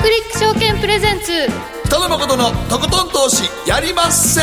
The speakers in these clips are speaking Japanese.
クリック証券プレゼンツ北野誠のとことん投資やりまっせ。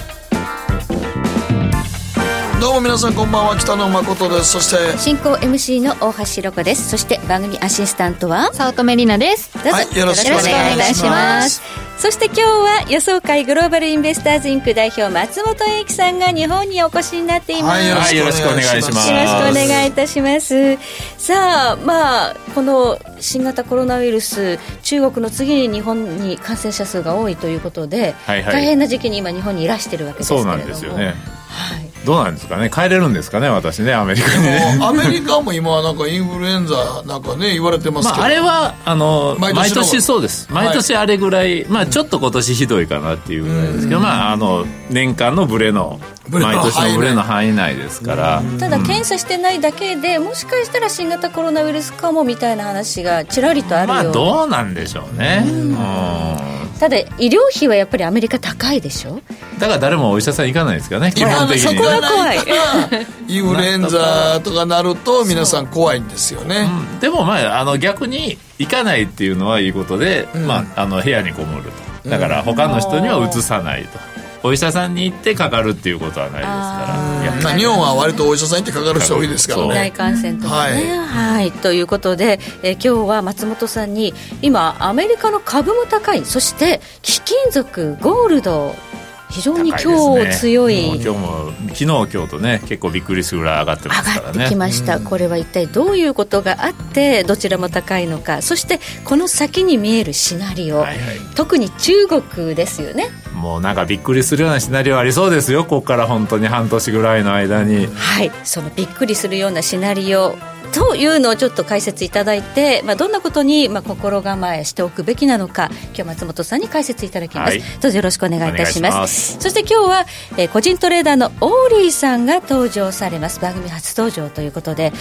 どうも皆さんこんばんは、北野誠です。そして進行 MC の大橋ろ子です。そして番組アシスタントは早乙女里奈です。 どうぞ、 はい、よろしくお願いいたします。 そして今日は予想会グローバルインベスターズインク代表松本英樹さんが日本にお越しになっています。 はい、よろしくお願いします。 よろしくお願いいたします。さあ、この新型コロナウイルス、中国の次に日本に感染者数が多いということで、大変な時期に今日本にいらしているわけですけれども。 そうなんですよね。どうなんですかね、帰れるんですかね、私ね、アメリカにね。 アメリカも今なんかインフルエンザなんかね言われてますけど、 あれは毎年そうです。毎年あれぐらい、ちょっと今年ひどいかなっていうぐらいですけど、年間のブレの毎年のブレの範囲内ですから。 ただ検査してないだけで、もしかしたら新型コロナウイルスかもみたいな話がちらりとあるよう。 どうなんでしょうね。 ただ医療費はやっぱりアメリカ高いでしょ。 だから誰もお医者さん行かないですからね、基本的に。 そこは怖い。 インフルエンザとかなると皆さん怖いんですよね。 でも逆に行かないっていうのはいいことで、部屋にこもると。だから他の人には移さないと。お医者さんに行ってかかるっていうことはないですから。 日本は割とお医者さんに行ってかかる人多いですからね。 内感染とかね。はい、ということで、今日は松本さんに今アメリカの株も高い、そして貴金属ゴールド非常に今日強い、 今日も昨日今日とね結構びっくりするぐらい上がってますからね。 上がってきました。これは一体どういうことがあってどちらも高いのか、そしてこの先に見えるシナリオ、特に中国ですよね。 もうなんかびっくりするようなシナリオありそうですよ、ここから本当に半年ぐらいの間に。 はい、そのびっくりするようなシナリオというのをちょっと解説いただいて、どんなことに心構えしておくべきなのか、今日松本さんに解説いただきます。どうぞよろしくお願いいたします。そして今日は、個人トレーダーのオーリーさんが登場されます。番組初登場ということで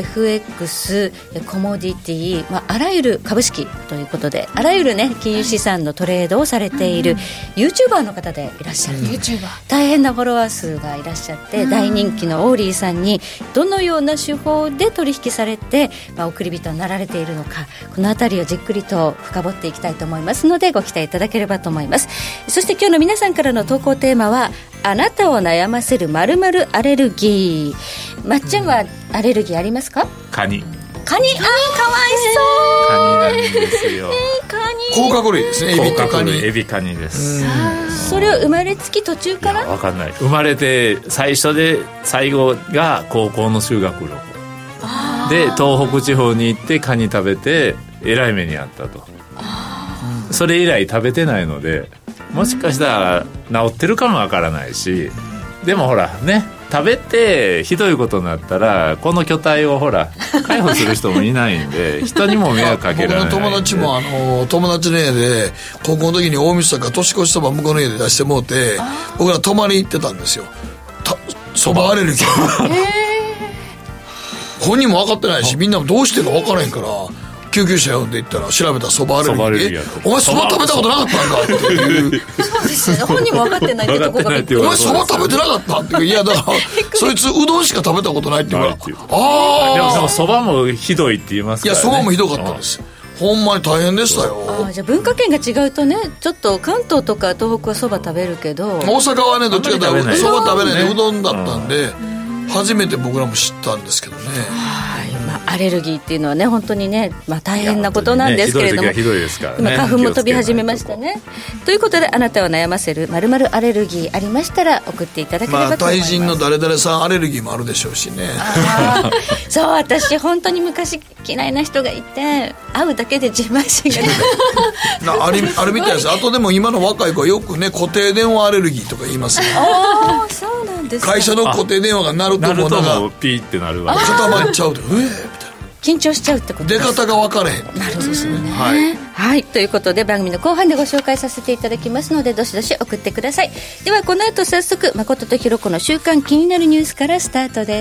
FX、コモディティ、あらゆる株式ということで、あらゆるね金融資産のトレードをされている YouTuber の方でいらっしゃる、大変なフォロワー数がいらっしゃって、大人気のオーリーさんにどのような手法で取引されて、送り人になられているのか、このあたりをじっくりと深掘っていきたいと思いますのでご期待いただければと思います。そして今日の皆さんからの投稿テーマは、あなたを悩ませる〇〇アレルギー。まっちゃんはアレルギーありますか？ カニ。 かわいそうカニなんですよ。 カニ甲殻類ですね。エビとカニ。 エビカニです。 それは生まれつき途中から？ 分かんない。生まれて最初で最後が高校の修学旅行で、東北地方に行ってカニ食べてえらい目にあったと。それ以来食べてないので、もしかしたら治ってるかもわからないし、でもほらね、食べてひどいことになったらこの巨体をほら介護する人もいないんで人にも迷惑かけられない。 僕の友達も友達の家で高校の時に大晦日年越しそば向こうの家で出してもうて、僕ら泊まり行ってたんですよ。そばアレルギー本人も分かってないし、みんなもどうしてるか分からへんから救急車呼んで行ったら調べたらそばアレルギーで、お前そば食べたことなかったんかっていうそうですよね、本人も分かってないってとこがびっくり。 お前そば食べてなかったっていう。いやだからそいつうどんしか食べたことないっていうから、 でもそばもひどいって言いますからね。 いやそばもひどかったです。ほんまに大変でしたよ。 じゃあ文化圏が違うとね、ちょっと関東とか東北はそば食べるけど、 大阪はねどっちかというとそば食べないでうどんだったんで、初めて僕らも知ったんですけどね。 アレルギーっていうのはね本当にね、大変なことなんですけれども、 ひどいですからね。 今花粉も飛び始めましたね。ということで、あなたを悩ませる〇〇アレルギーありましたら送っていただければと思います。 対人の誰々さんアレルギーもあるでしょうしね。 そう、私本当に昔嫌いな人がいて、会うだけで自慢心が出あるみたいです。あとでも今の若い子はよくね固定電話アレルギーとか言いますね。 そうなんですか。 会社の固定電話が鳴るともうなんかピーってなるわ、 固まっちゃうとみたいな、 緊張しちゃうってことです。 出方が分からへん。 なるほどですね。はい、ということで番組の後半でご紹介させていただきますので、どしどし送ってください。ではこの後早速誠とひろ子の週刊気になるニュースからスタートです。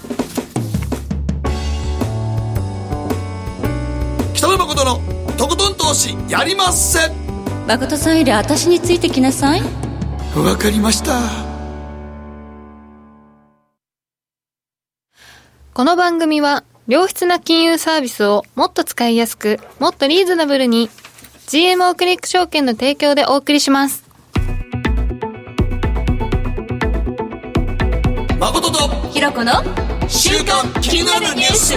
北野誠のとことん投資やりまっせ。 誠さんより私についてきなさい。 わかりました。 この番組は良質な金融サービスをもっと使いやすく、もっとリーズナブルに GMO クリック証券の提供でお送りします。 誠とひろこの週刊気になるニュース。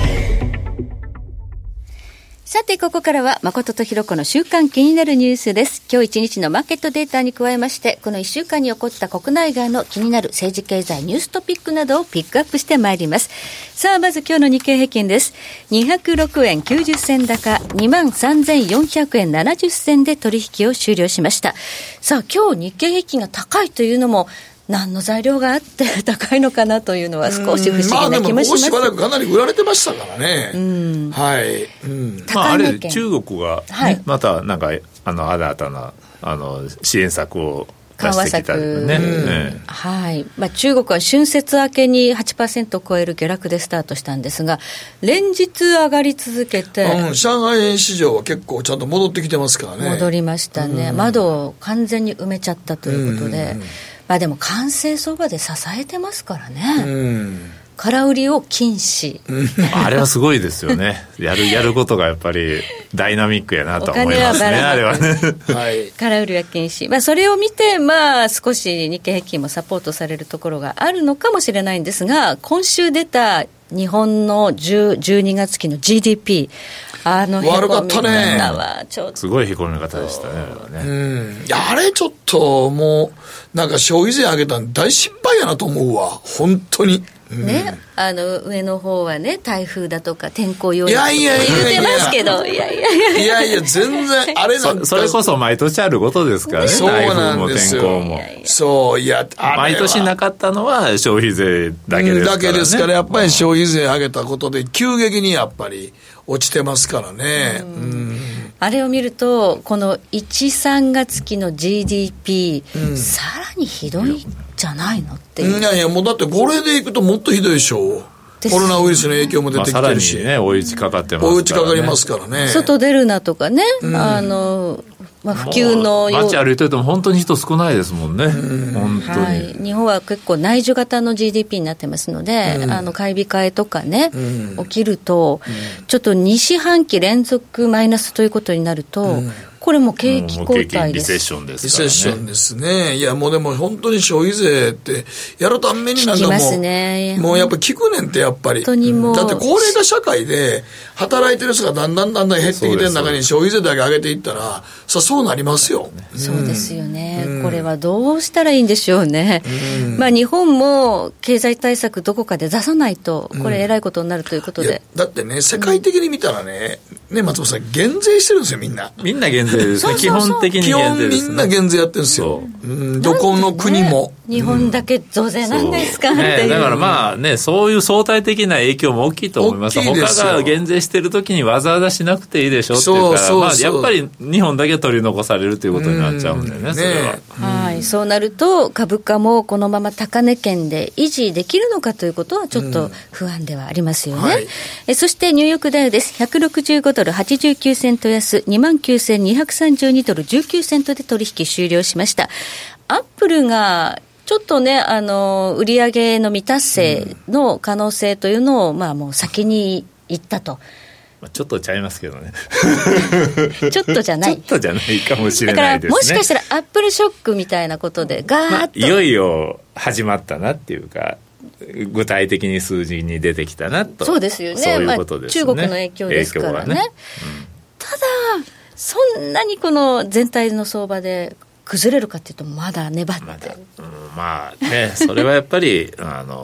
さて、ここからは誠とひろこの週間気になるニュースです。今日一日のマーケットデータに加えまして、この1週間に起こった国内外の気になる政治経済ニューストピックなどをピックアップしてまいります。さあ、まず今日の日経平均です。206円90銭高、23,400円70銭で取引を終了しました。さあ、今日日経平均が高いというのも何の材料があって高いのかなというのは少し不思議な気もします。 でもここしばらくかなり売られてましたからね。はい。 あれ中国が、ね、またなんか新たな支援策を出してきたね。 はい。中国は春節明けに 8% を超える下落でスタートしたんですが、連日上がり続けて、 上海市場は結構ちゃんと戻ってきてますからね。 戻りましたね。窓を完全に埋めちゃったということで、でも完成相場で支えてますからね。空売りを禁止。 あれはすごいですよね。やることがやっぱりダイナミックやなと思いますね。あれはね。はい、 空売りは禁止。それを見て少し日経平均もサポートされるところがあるのかもしれないんですが、今週出た日本の12月期の GDP、 悪かったね。 すごいへこみ方でしたね。 いや、あれちょっともうなんか消費税上げたの大失敗やなと思うわ、本当に。 ね、上の方はね、台風だとか天候要因とか言ってますけど、いや全然あれなんかそれこそ毎年あることですからね。 そうなんですよ。 台風も天候も。 そう、いや、 毎年なかったのは消費税だけですからね。 だけですから、やっぱり消費税上げたことで急激にやっぱり落ちてますからね。 あれを見るとこの 1,3 月期の GDP、さらにひどいじゃないのっていう。 いやもうだってこれでいくともっとひどいでしょう。コロナウイルスの影響も出てきてるし、 さらにね、追い打ちかかってますからね。 追い打ちかかりますからね。 外出るなとかね、普及の街歩いてると本当に人少ないですもんね。本当に、 はい、日本は結構内需型の GDP になってますので、買い控えとかね、起きると、ちょっと2四半期連続マイナスということになると、これも景気後退です。 リセッションですリからね。 セッションですね。いやもうでも本当に消費税ってやるためになんかもう、もうやっぱ効くねんってやっぱり。だって高齢化社会で働いてる人がだんだん減ってきてる中に消費税だけ上げていったら、そうなりますよ。 そうですよね。これはどうしたらいいんでしょうね。日本も経済対策どこかで出さないと、これえらいことになるということで。 だってね、世界的に見たらね、松本さん減税してるんですよ、みんな。 みんな減税ですね。基本的に減税ですね。 みんな減税やってるんですよ。どこの国も。 日本だけ増税なんですか、っていう。 だからそういう相対的な影響も大きいと思います。他が減税してるときにわざわざしなくていいでしょっていうから、やっぱり日本だけ取り残されるということになっちゃうんだよね、それは。 はい、そうなると株価もこのまま高値圏で維持できるのかということはちょっと不安ではありますよね。そしてニューヨークダウです。165ドル89セント安、29,232ドル19セントで取引終了しました。アップルがちょっとね、売上の未達成の可能性というのを、もう先に言ったと。 ちょっとちゃいますけどね。 ちょっとじゃない。 ちょっとじゃないかもしれないですね。 だからもしかしたらアップルショックみたいなことでガーッと、 いよいよ始まったなっていうか、具体的に数字に出てきたなと。 そうですよね。 そういうことですね。 中国の影響ですからね。ただそんなにこの全体の相場で崩れるかっていうとまだ粘って、 それはやっぱり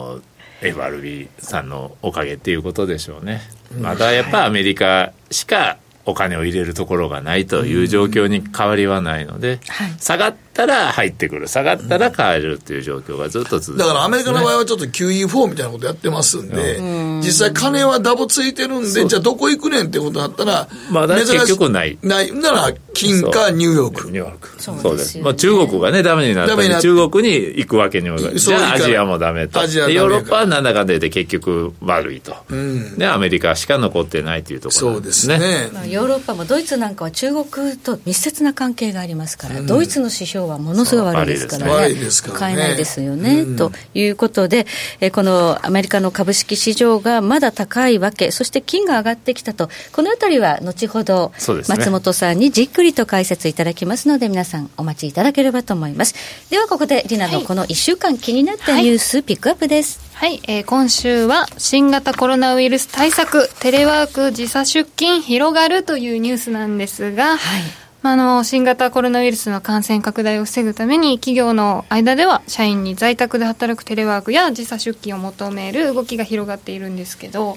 FRB さんのおかげっていうことでしょうね。まだやっぱアメリカしかお金を入れるところがないという状況に変わりはないので、下がったら入ってくる、下がったら買えるっていう状況がずっと続いてますね。 だからアメリカの場合はちょっと QE4 みたいなことやってますんで、実際金はダボついてるんで、じゃあどこ行くねんってことになったら、 まだ結局ないなら金かニューヨーク。 ニューヨーク。そうです。中国がねダメになったら中国に行くわけにもいかない。じゃあアジアもダメと。ヨーロッパはなんだかんだで結局悪いと。でアメリカしか残ってないというところなんですね。 ヨーロッパもドイツなんかは中国と密接な関係がありますから、ドイツの指標況はものすごい悪いですからね、 悪いですからね、 買えないですよね、ということで、このアメリカの株式市場がまだ高いわけ、そして金が上がってきたと、このあたりは後ほど松本さんにじっくりと解説いただきますので、皆さんお待ちいただければと思います。ではここでりなのこの1週間気になったニュース、ピックアップです。 はい、今週は新型コロナウイルス対策、テレワーク時差出勤広がるというニュースなんですが、新型コロナウイルスの感染拡大を防ぐために企業の間では社員に在宅で働くテレワークや時差出勤を求める動きが広がっているんですけど、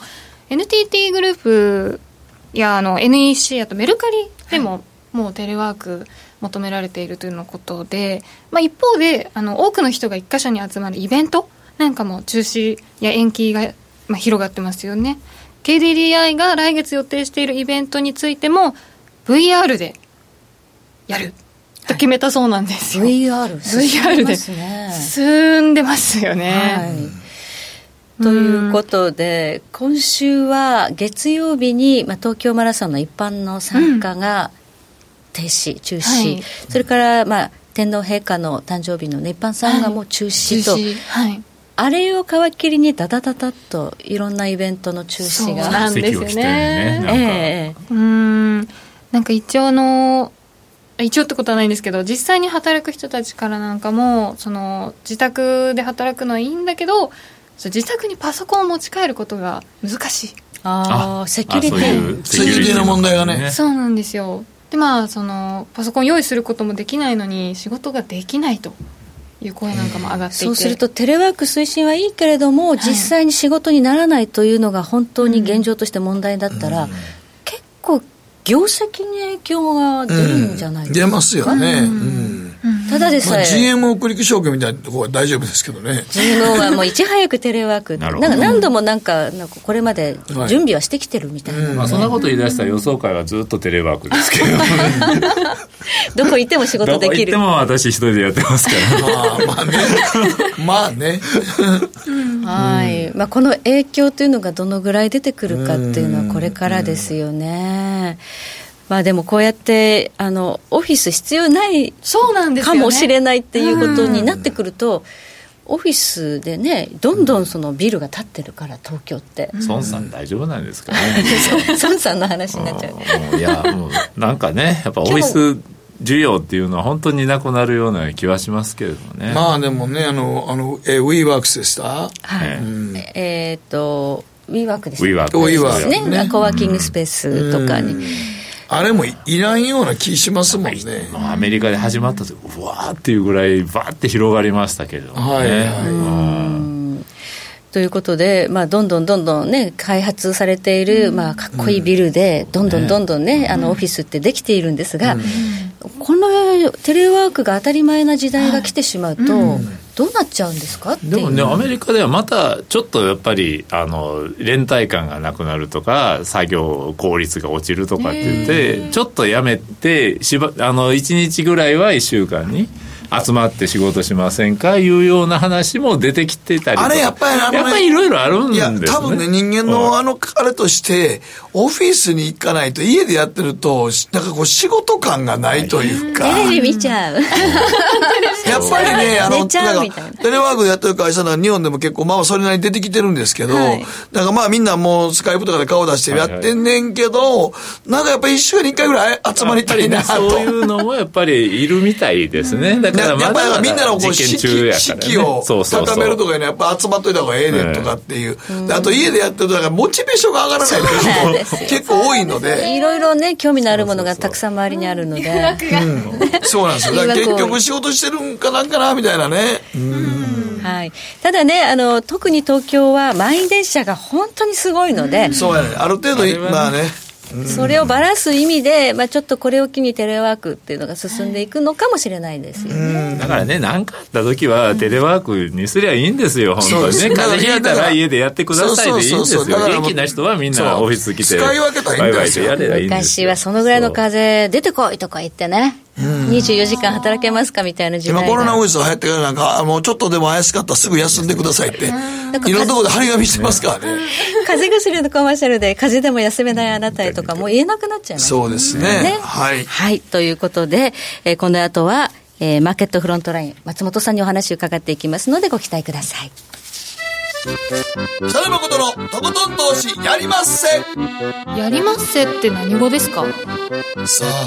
NTT グループやNEC、 あとメルカリでももうテレワーク求められているというのことで、一方で多くの人が一箇所に集まるイベントなんかも中止や延期が、広がってますよね。 KDDI が来月予定しているイベントについても VR でやると決めたそうなんですよ。 VR で進んでますよね、 ということで、今週は月曜日に、東京マラソンの一般の参加が停止、中止、それから、天皇陛下の誕生日の、一般参賀も中止と、あれを皮切りにダダダダッといろんなイベントの中止が、 そうなんですよね。なんか一応ってことはないんですけど、実際に働く人たちからなんかも自宅で働くのはいいんだけど、自宅にパソコンを持ち帰ることが難しい。 セキュリティの問題がね。 そうなんですよ。でパソコン用意することもできないのに仕事ができないという声なんかも上がっていて、 そうするとテレワーク推進はいいけれども、実際に仕事にならないというのが本当に現状として問題だったら、結構業績に影響が出るんじゃないですか。 出ますよね、 ただでさえ、 GMO クリック証券みたいなところは大丈夫ですけどね。 GMO はもういち早くテレワークなんか何度もなんかこれまで準備はしてきてるみたいな、 そんなこと言い出したら予想会はずっとテレワークですけどどこ行っても仕事できる。 どこ行っても私一人でやってますからねはい、この影響というのがどのぐらい出てくるかっていうのはこれからですよね。でもこうやってオフィス必要ないかもしれないっていうことになってくると、オフィスでね、どんどんそのビルが建ってるから、東京って孫さん大丈夫なんですかね孫さんの話になっちゃう。 いやもうなんかね、やっぱオフィス需要っていうのは本当になくなるような気はしますけれどもね。 でもね、WeWorks でした、 WeWork ですね。コワーキングスペースとかに、 あれもいらんような気しますもんね。 アメリカで始まったとうわーっていうぐらいバーって広がりましたけどね。 ということで、どんどんね、開発されている、かっこいいビルでどんどんね、オフィスってできているんですが、このテレワークが当たり前な時代が来てしまうと、どうなっちゃうんですかっていう。 でもね、アメリカではまたちょっとやっぱり連帯感がなくなるとか、作業効率が落ちるとかって言って、ちょっとやめて1日ぐらいは1週間に集まって仕事しませんかいうような話も出てきてたりとか、 あれやっぱりいろいろあるんですね。 いや多分ね、人間のあれとしてオフィスに行かないと、家でやってるとなんかこう仕事感がないというか、 テレビ見ちゃうやっぱりね、 寝ちゃうみたいな。 テレワークでやってる会社なら日本でも結構それなりに出てきてるんですけど、だからみんなもうスカイプとかで顔出してやってんねんけど、なんかやっぱり1週間に1回ぐらい集まりたいなと。 そういうのもやっぱりいるみたいですね。だからやっぱりみんなのこう士気を高めるとかね、やっぱ集まっといた方がええねんとかっていう、あと家でやってるとだからモチベーションが上がらないという人結構多いので、 いろいろね、興味のあるものがたくさん周りにあるので、 そうなんですよ。だから結局仕事してるんかなんかなみたいなね。 はい、ただね、特に東京は満員電車が本当にすごいので、 そうやね、ある程度それをばらす意味で、ちょっとこれを機にテレワークっていうのが進んでいくのかもしれないですよね。 だからね、何かあった時はテレワークにすりゃいいんですよ、本当にね。風邪ひいたら家でやってくださいでいいんですよ。元気な人はみんなオフィス来て使い分けたらいいんですよ。 バイバイでやればいいんですよ。 昔はそのぐらいの風出てこいとか言ってね、24時間働けますかみたいな時代が、 今コロナウイルスが流行ってからなんかもうちょっとでも怪しかったらすぐ休んでくださいっていろんなところで張り紙してますからね。 風邪薬のコマーシャルで風邪でも休めないあなたへとかもう言えなくなっちゃいます。 そうですね。 はい、ということで、この後はマーケットフロントライン松本さんにお話を伺っていきますのでご期待ください。 北野誠のとことん投資やりまっせ。 やりまっせって何語ですか？ さあ、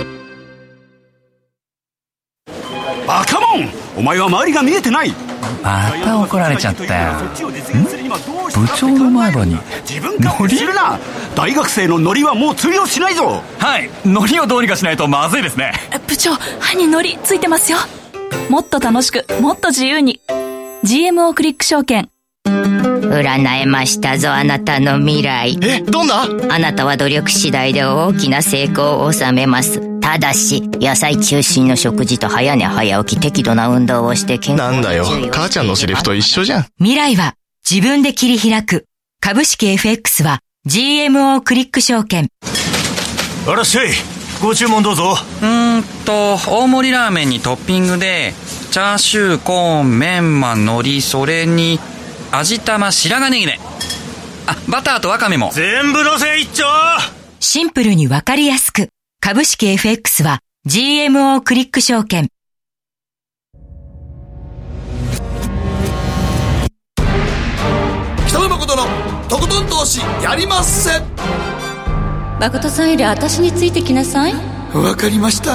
バカモン、お前は周りが見えてない。 また怒られちゃったよ。部長の前歯に自分か知るな。大学生のノリはもう通用しないぞ。 はい、ノリをどうにかしないとまずいですね。 部長、歯にノリついてますよ。もっと楽しく、もっと自由に GMO クリック証券。 占えましたぞ、あなたの未来。 どんな？ あなたは努力次第で大きな成功を収めます。ただし野菜中心の食事と早寝早起き、適度な運動をして健康。 なんだよ、母ちゃんのセリフと一緒じゃん。 未来は自分で切り開く。株式 FX は GMO クリック証券。 あらっしゃい、ご注文どうぞ。 大盛りラーメンにトッピングでチャーシュー、コーン、メンマ、海苔、それに味玉、白髪ネギね。あ、バターとワカメも全部のせ一丁。 シンプルにわかりやすく。株式 FX は GMO クリック証券。 北野誠のとことん投資やりまっせ。 誠さんより私についてきなさい。 わかりました。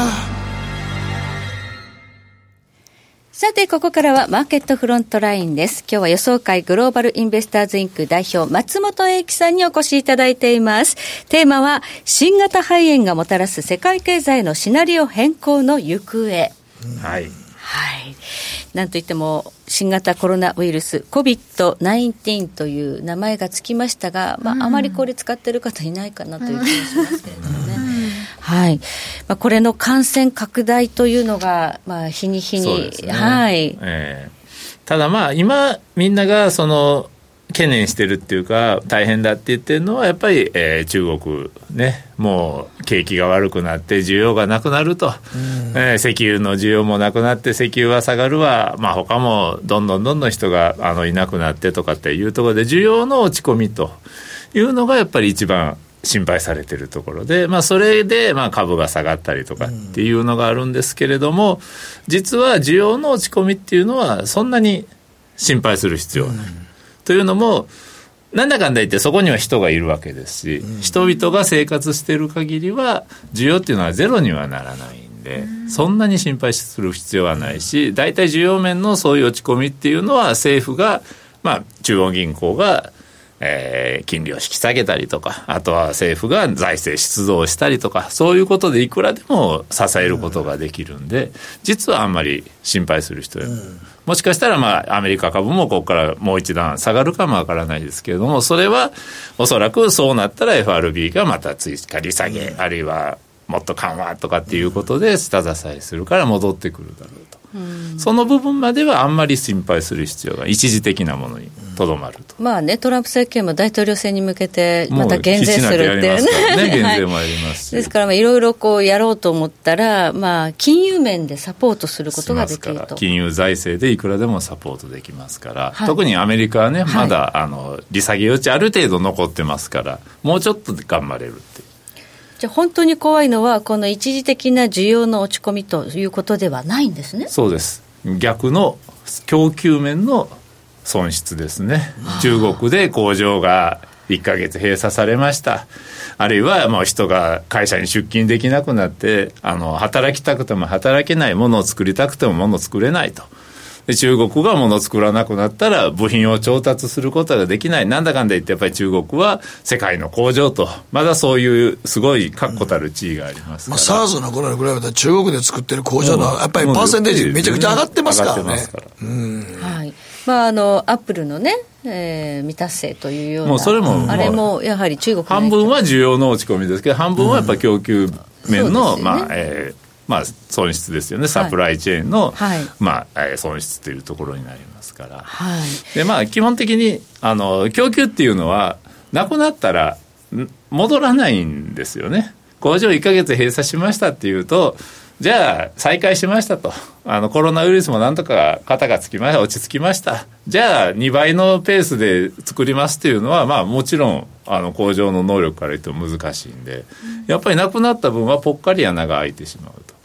さて、ここからはマーケットフロントラインです。今日は予想会グローバルインベスターズインク代表松本英樹さんにお越しいただいています。テーマは新型肺炎がもたらす世界経済のシナリオ変更の行方。はいはい。なんといっても新型コロナウイルス COVID-19 という名前がつきましたが、あまりこれ使ってる方いないかなという気がしますけれどもね。はい。これの感染拡大というのが、日に日に、ね、はい。 ただ今みんながその懸念してるっていうか大変だって言ってるのはやっぱり、中国ね、もう景気が悪くなって需要がなくなると、石油の需要もなくなって石油は下がるわ、他もどんどん人がいなくなってとかっていうところで需要の落ち込みというのがやっぱり一番心配されているところで、それで株が下がったりとかっていうのがあるんですけれども、実は需要の落ち込みっていうのはそんなに心配する必要はない、というのもなんだかんだ言ってそこには人がいるわけですし、人々が生活している限りは需要っていうのはゼロにはならないんで、そんなに心配する必要はないし、だいたい需要面のそういう落ち込みっていうのは政府が、中央銀行が金利を引き下げたりとか、あとは政府が財政出動したりとか、そういうことでいくらでも支えることができるんで、実はあんまり心配する人は、もしかしたらアメリカ株もここからもう一段下がるかもわからないですけれども、それはおそらくそうなったら FRB がまた追加利下げ、あるいはもっと緩和とかっていうことで下支えするから戻ってくるだろうと。その部分まではあんまり心配する必要が一時的なものにとどまると。 トランプ政権も大統領選に向けてまた減税するっていうね、 減税もありますし、 ですからいろいろやろうと思ったら、金融面でサポートすることができると。 金融財政でいくらでもサポートできますから、特にアメリカはね、まだ利下げ余地ある程度残ってますから、もうちょっと頑張れるっていう。 じゃあ本当に怖いのはこの一時的な需要の落ち込みということではないんですね。 そうです。逆の供給面の損失ですね。中国で工場が1ヶ月閉鎖されました。あるいは人が会社に出勤できなくなって働きたくても働けない、ものを作りたくてもものを作れないと。で中国が物を作らなくなったら部品を調達することができない。なんだかんだ言ってやっぱり中国は世界の工場と、まだそういうすごい確固たる地位がありますから、 SARS の頃に比べたら中国で作ってる工場のやっぱりパーセンテージめちゃくちゃ上がってますからね。 はい。アップルのね、未達成というような、 それもあれもやはり中国の半分は需要の落ち込みですけど、半分はやっぱり供給面の、損失ですよね。サプライチェーンの、損失というところになりますから、で基本的に供給っていうのはなくなったら戻らないんですよね。工場1ヶ月閉鎖しましたっていうと、じゃあ再開しましたと、コロナウイルスもなんとか肩がつきました、落ち着きました、じゃあ2倍のペースで作りますっていうのは、もちろん工場の能力から言っても難しいんで、やっぱりなくなった分はぽっかり穴が開いてしまうと。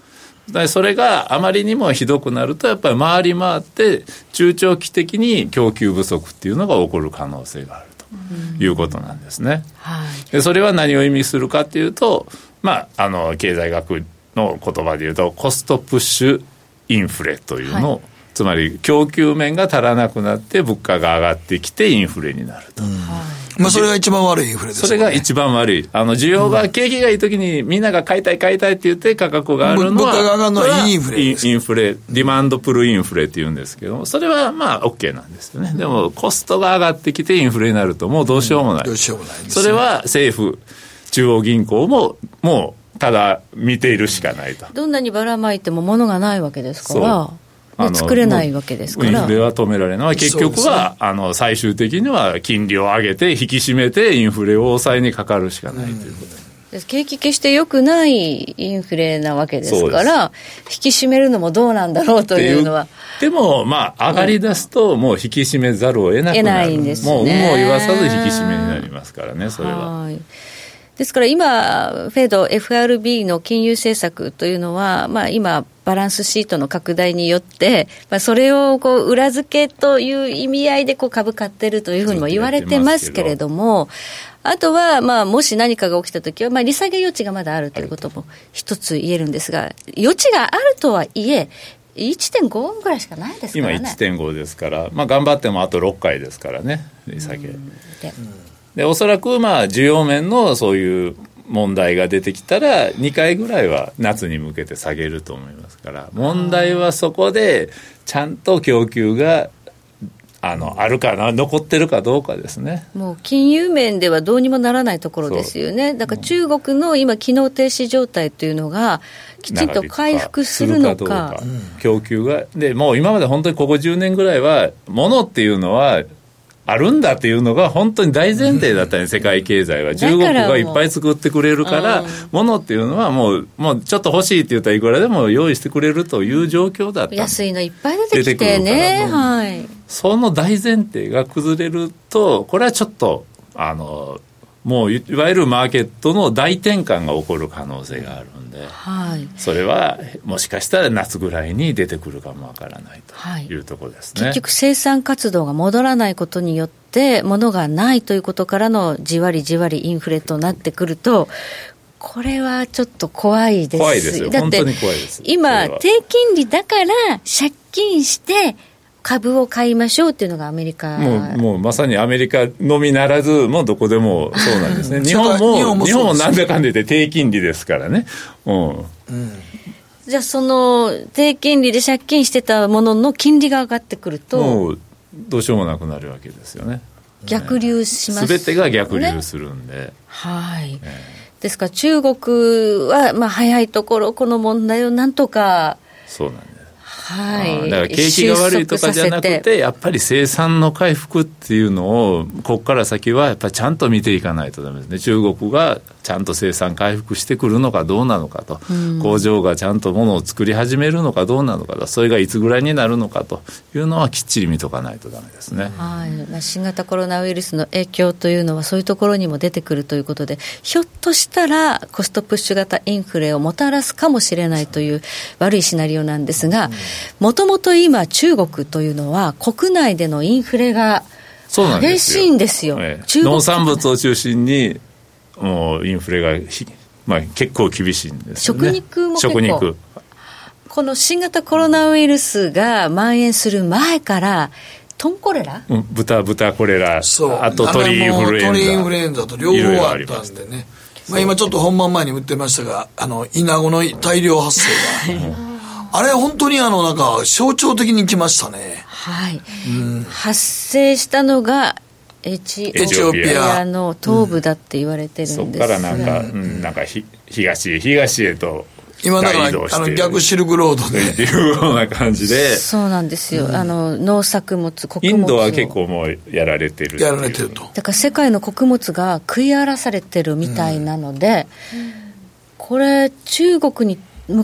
それがあまりにもひどくなるとやっぱり回り回って中長期的に供給不足っていうのが起こる可能性があるということなんですね、でそれは何を意味するかっていうと、経済学の言葉でいうとコストプッシュインフレというのを、つまり供給面が足らなくなって物価が上がってきてインフレになると、 それが一番悪いインフレですね。 それが一番悪い。需要が、景気がいい時にみんなが買いたいって言って価格があるのは、 物価が上がるのはインフレです。 インフレ、ディマンドプルインフレって言うんですけども、それはOK なんですよね。でもコストが上がってきてインフレになるともうどうしようもない。 どうしようもないですね。 それは政府、中央銀行ももうただ見ているしかないと。 どんなにばらまいても物がないわけですから。作れないわけですから。 インフレは止められない。結局は、最終的には金利を上げて引き締めてインフレを抑えにかかるしかないということで、景気決して良くないインフレなわけですから、引き締めるのもどうなんだろうというのは。 でも、上がり出すともう引き締めざるを得なくなる。 得ないんですね。 もう有無を言わさず引き締めになりますからね、それは。 ですから今、フェド、FRB の金融政策というのは、今、バランスシートの拡大によって、それを裏付けという意味合いで株買ってるというふうにも言われてますけれども、あとは、もし何かが起きたときは、利下げ余地がまだあるということも一つ言えるんですが、余地があるとはいえ、1.5 ぐらいしかないですからね。 今 1.5 ですから、頑張ってもあと6回ですからね、利下げ。でおそらく需要面のそういう問題が出てきたら2回ぐらいは夏に向けて下げると思いますから、問題はそこでちゃんと供給があるかな、残ってるかどうかですね。 もう金融面ではどうにもならないところですよね。だから中国の今機能停止状態というのがきちんと回復するのか、 供給がでもう今まで本当にここ10年ぐらいは物っていうのはあるんだっていうのが本当に大前提だったね、世界経済は。中国がいっぱい作ってくれるから、物っていうのはもうちょっと欲しいって言ったらいくらでも用意してくれるという状況だった。 安いのいっぱい出てきてね、 その大前提が崩れると、これはちょっともういわゆるマーケットの大転換が起こる可能性があるんで、それはもしかしたら夏ぐらいに出てくるかもわからないというところですね。 結局生産活動が戻らないことによって物がないということからのじわりじわりインフレとなってくると、これはちょっと怖いです。 怖いですよ。本当に怖いです。 今低金利だから借金して株を買いましょうっていうのがアメリカ。 もうまさにアメリカのみならず、もうどこでもそうなんですね。日本もなんだかんだ言って低金利ですからね。 じゃあその低金利で借金してたものの金利が上がってくると、 もうどうしようもなくなるわけですよね。 逆流しますね。 全てが逆流するんで。 ですから中国は早いところこの問題をなんとか。 そうなんです。だから景気が悪いとかじゃなくて、やっぱり生産の回復っていうのをここから先はやっぱりちゃんと見ていかないとダメですね。中国がちゃんと生産回復してくるのかどうなのかと、工場がちゃんと物を作り始めるのかどうなのかと、それがいつぐらいになるのかというのはきっちり見とかないとダメですね。 新型コロナウイルスの影響というのはそういうところにも出てくるということで、ひょっとしたらコストプッシュ型インフレをもたらすかもしれないという悪いシナリオなんですが、もともと今中国というのは国内でのインフレが激しいんですよ。 農産物を中心にもうインフレが、結構厳しいんですよね。 食肉も結構この新型コロナウイルスが蔓延する前からトンコレラ、 豚コレラ、あと鳥インフルエンザと両方あったんでね、今ちょっと本番前に言ってましたが、イナゴの大量発生があれ本当になんか象徴的に来ましたね。 発生したのがエチオピアの東部だって言われてるんですが、 そこからなんか東へと今だから逆シルクロードでっていうような感じで。 そうなんですよ。農作物、穀物、 インドは結構もうやられてると。 だから世界の穀物が食い荒らされてるみたいなので、これ中国に向かっ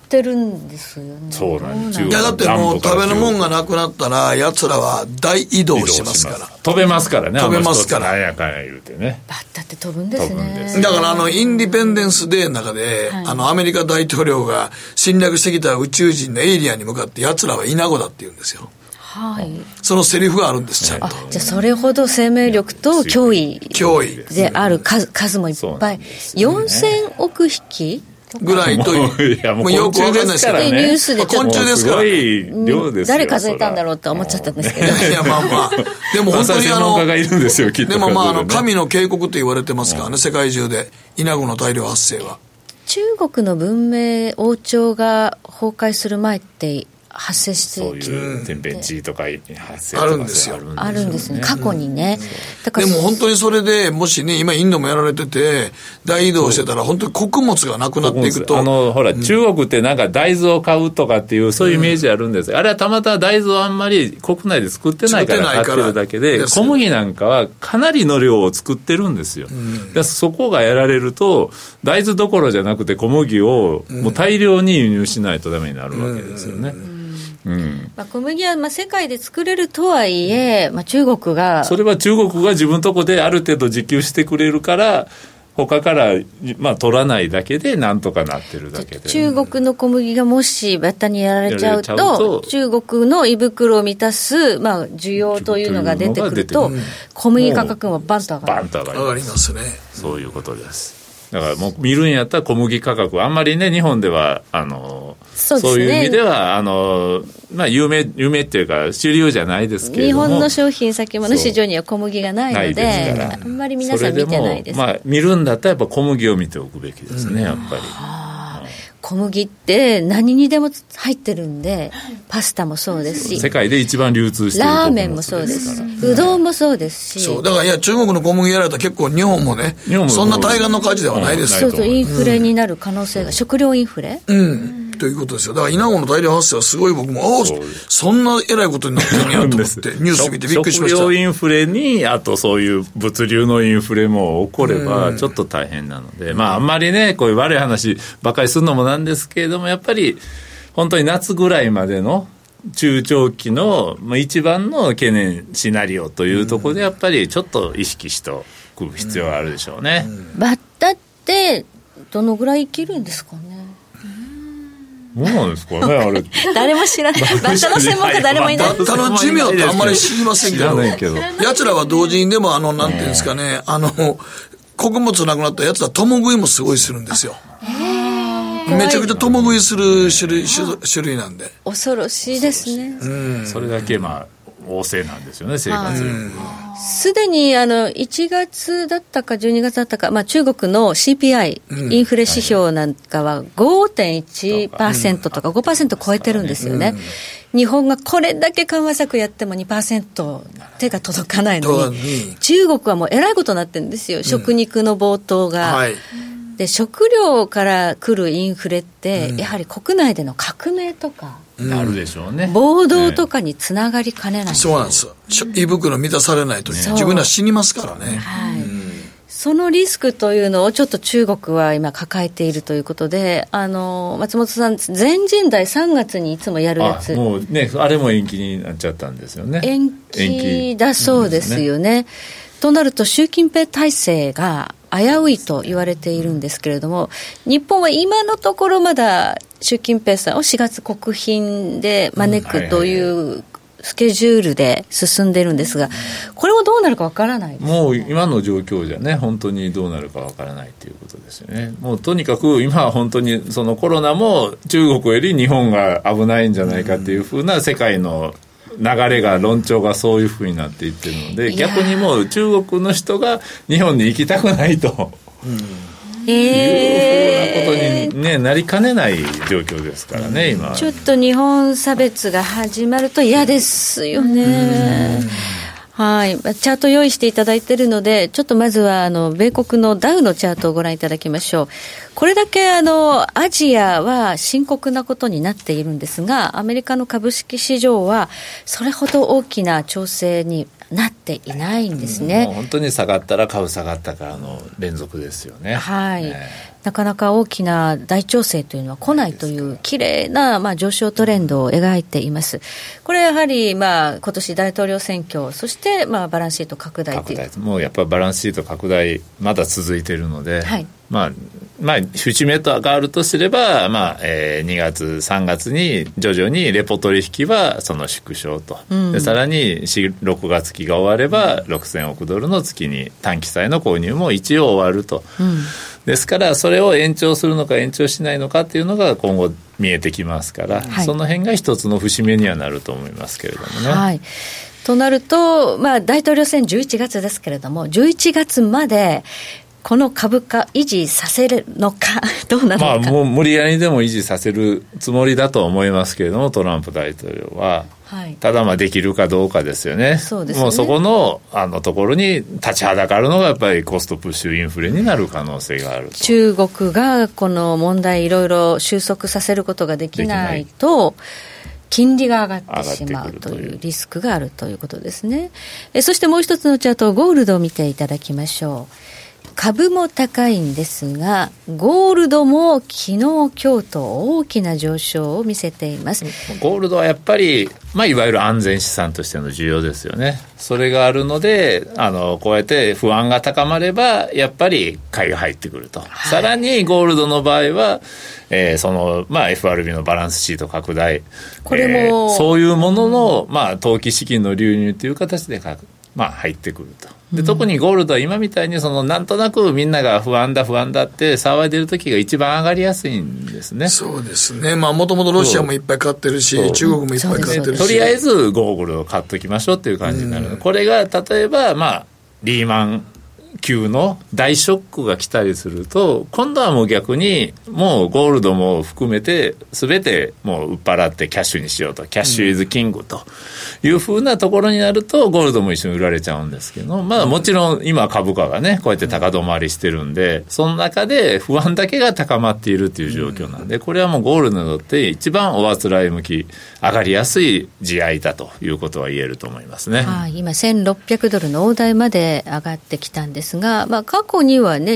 ってるんですよね。 そうなんです。 いやだってもう食べるもんがなくなったらやつらは大移動しますから。 飛べますからね。 飛べますから。 なんやかんや言うてね。 だって飛ぶんですね。 だからインディペンデンスデーの中で、はい、アメリカ大統領が侵略してきた宇宙人のエイリアンに向かってやつらはイナゴだって言うんですよ。 はい、 そのセリフがあるんですちゃんと。 じゃあそれほど生命力と脅威である 数もいっぱい、4000億匹ぐらいという、もうよくわかんないですけど、 ニュースでちょっと昆虫ですから、 誰数えたんだろうと思っちゃったんですけど。 いやまあまあでも本当にでもまあ神の警告と言われてますからね、世界中でイナゴの大量発生は。 中国の文明王朝が崩壊する前って発生してそういう天変地異とか発生とかあるんですよ。 あるんですね、過去にね。 だからでも本当にそれでもしね、今インドもやられてて大移動してたら本当に穀物がなくなっていくと、 ほら、中国ってなんか大豆を買うとかっていうそういうイメージあるんです、あれはたまたま大豆をあんまり国内で作ってないから買ってるだけで、小麦なんかはかなりの量を作ってるんですよ、でそこがやられると大豆どころじゃなくて小麦をもう大量に輸入しないとダメになるわけですよね。 小麦は世界で作れるとはいえ、中国がそれは中国が自分のとこである程度自給してくれるから他から取らないだけでなんとかなってるだけで、 中国の小麦がもしバッタにやられちゃうと中国の胃袋を満たす、需要というのが出てくると小麦価格もバンと上がる。 上がりますね。 そういうことです。だからもう見るんやったら小麦価格あんまりね日本ではそういう意味では有名っていうか主流じゃないですけれども、 日本の商品先物市場には小麦がないのであんまり皆さん見てないです。 見るんだったらやっぱ小麦を見ておくべきですね、やっぱり。 小麦って何にでも入ってるんで、パスタもそうですし、 世界で一番流通しているラーメンもそうですし、うどんもそうですし、 そうだから中国の小麦やられたら結構日本もね、そんな対岸の火事ではないですよ。 そうインフレになる可能性が、食料インフレ、 ということですよ。だからイナゴの大量発生はすごい、僕もそんなえらいことになってるんやと思ってニュース見てびっくりしました。 食料インフレにあとそういう物流のインフレも起こればちょっと大変なので、あんまりねこういう悪い話ばっかりするのもなんですけれども、やっぱり本当に夏ぐらいまでの中長期の一番の懸念シナリオというところでやっぱりちょっと意識しておく必要があるでしょうね。 バッタってどのぐらい生きるんですかね。 どうなんですかね、あれ誰も知らない。バッタの専門家誰もいない。 バッタの寿命ってあんまり知りませんけど、奴らは同時にでもなんていうんですかね、穀物なくなった奴は共食いもすごいするんですよ。めちゃくちゃ共食いする種類なんで恐ろしいですね。 それだけ旺盛なんですよね、生活力。 すでに1月だったか12月だったか、中国の CPI、インフレ指標なんかは 5.1% とか 5% 超えてるんですよね。日本がこれだけ緩和策やっても 2% 手が届かないのに、中国はもうえらいことになってるんですよ、食肉の暴騰が。で食料から来るインフレって、やはり国内での革命とか、 あるでしょうね、 暴動とかにつながりかねない、 そうなんですよ。胃袋満たされないと、自分は死にますからね、 そのリスクというのをちょっと中国は今抱えているということで、松本さん、全人代3月にいつもやるやつ、 もうね、あれも延期になっちゃったんですよね。 延期だそうですよね。となると習近平体制が危ういと言われているんですけれども、日本は今のところまだ習近平さんを4月国賓で招くというスケジュールで進んでいるんですが、これもどうなるかわからないですね。 もう今の状況じゃね、本当にどうなるかわからないということですよね。もうとにかく今は本当にそのコロナも中国より日本が危ないんじゃないかっていうふうな世界の流れが、論調がそういうふうになっていってるので、逆にもう中国の人が日本に行きたくないと、いうふうなことに、なりかねない状況ですからね、今。 ちょっと日本差別が始まると嫌ですよね。はい、チャート用意していただいているので、ちょっとまずは米国のダウのチャートをご覧いただきましょう。これだけアジアは深刻なことになっているんですが、アメリカの株式市場はそれほど大きな調整になっていないんですね。 もう本当に下がったら株下がったからの連続ですよね。 はい。 なかなか大きな大調整というのは来ないという綺麗な上昇トレンドを描いています。これやはり今年大統領選挙、そしてバランスシート拡大という、 もうやっぱりバランスシート拡大まだ続いているので、節目とがあるとすれば、2月3月に徐々にレポ取引はその縮小と、でさらに6月期が終われば6000億ドルの月に短期債の購入も一応終わると、ですからそれを延長するのか延長しないのかっていうのが今後見えてきますから、その辺が一つの節目にはなると思いますけれどもね。 となると、大統領選11月ですけれども、11月までこの株価維持させるのかどうなのか、 もう無理やりでも維持させるつもりだと思いますけれども、トランプ大統領は、ただできるかどうかですよね。 そうですね。 もうそこのところに立ちはだかるのがやっぱりコストプッシュインフレになる可能性があると。 中国がこの問題いろいろ収束させることができないと金利が上がってしまうというリスクがあるということですね。そしてもう一つのチャート、ゴールドを見ていただきましょう。株も高いんですが、ゴールドも昨日今日と大きな上昇を見せています。 ゴールドはやっぱり、いわゆる安全資産としての需要ですよね。それがあるのでこうやって不安が高まればやっぱり買いが入ってくると、さらにゴールドの場合は、FRB のバランスシート拡大、 これも、 そういうものの、投機資金の流入という形で入ってくると。で特にゴールドは今みたいになんとなくみんなが不安だって騒いでる時が一番上がりやすいんですね。 そうですね。もともとロシアもいっぱい買ってるし、中国もいっぱい買ってるし、 とりあえずゴールドを買っときましょうっていう感じになる。これが例えばリーマン級の大ショックが来たりすると、今度はもう逆にもうゴールドも含めて全てもう売っ払ってキャッシュにしようと、キャッシュイズキングという風なところになるとゴールドも一緒に売られちゃうんですけど、もちろん今株価がねこうやって高止まりしてるんで、その中で不安だけが高まっているという状況なんで、これはもうゴールドにとって一番おあつらい向き上がりやすい地合いだということは言えると思いますね。 今1600ドルの大台まで上がってきたんですが、過去にはね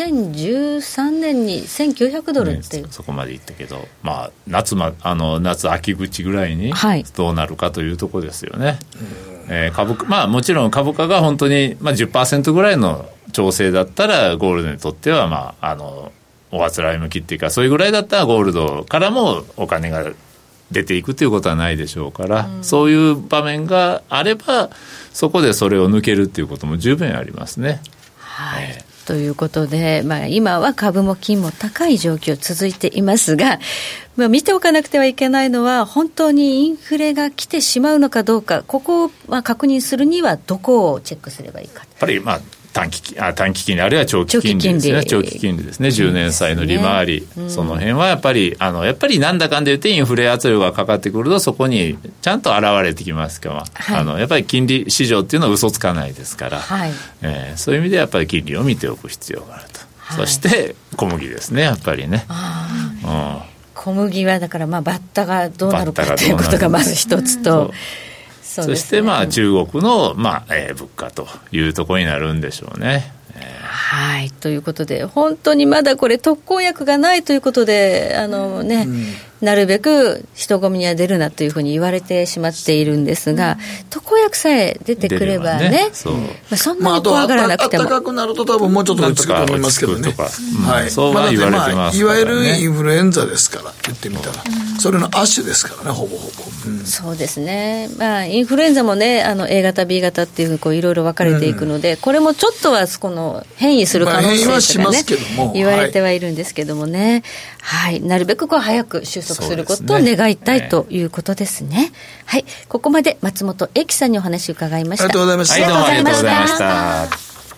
2013年に1900ドルっていう、 そこまでいったけど、夏秋口ぐらいにどうなるかというところですよね。もちろん株価が本当に、10% ぐらいの調整だったらゴールドにとってはおあつらい向きっていうか、そういうぐらいだったらゴールドからもお金が出ていくということはないでしょうから、そういう場面があればそこでそれを抜けるっていうことも十分ありますね。 ということで、今は株も金も高い状況続いていますが、見ておかなくてはいけないのは本当にインフレが来てしまうのかどうか、ここを確認するにはどこをチェックすればいいか。 やっぱり短期金利あるいは長期金利ですね。長期金利ですね。10年債の利回り、その辺はやっぱりなんだかんだ言ってインフレ圧力がかかってくるとそこにちゃんと現れてきますから、やっぱり金利市場っていうのは嘘つかないですから、そういう意味でやっぱり金利を見ておく必要があると。そして小麦ですね、やっぱりね。 小麦はだからバッタがどうなるかということがまず一つと、 そして中国の物価というところになるんでしょうね。 ということで本当にまだこれ特効薬がないということでなるべく人混みには出るなというふうに言われてしまっているんですが、特効薬さえ出てくればね、そんなに怖がらなくても、 暖かくなると多分もうちょっと落ち着くと思いますけどね。 そうは言われてますいわゆるインフルエンザですから言ってみたら、それの亜種ですからね、ほぼほぼ。 そうですね。インフルエンザもねA 型 B 型っていういろいろ分かれていくので、これもちょっとはこの変異する可能性とかね、言われてはいるんですけどもね、なるべく早く収束することを願いたいということですね。ここまで松本英樹さんにお話を伺いました。 ありがとうございました。 どうもありがとうございました。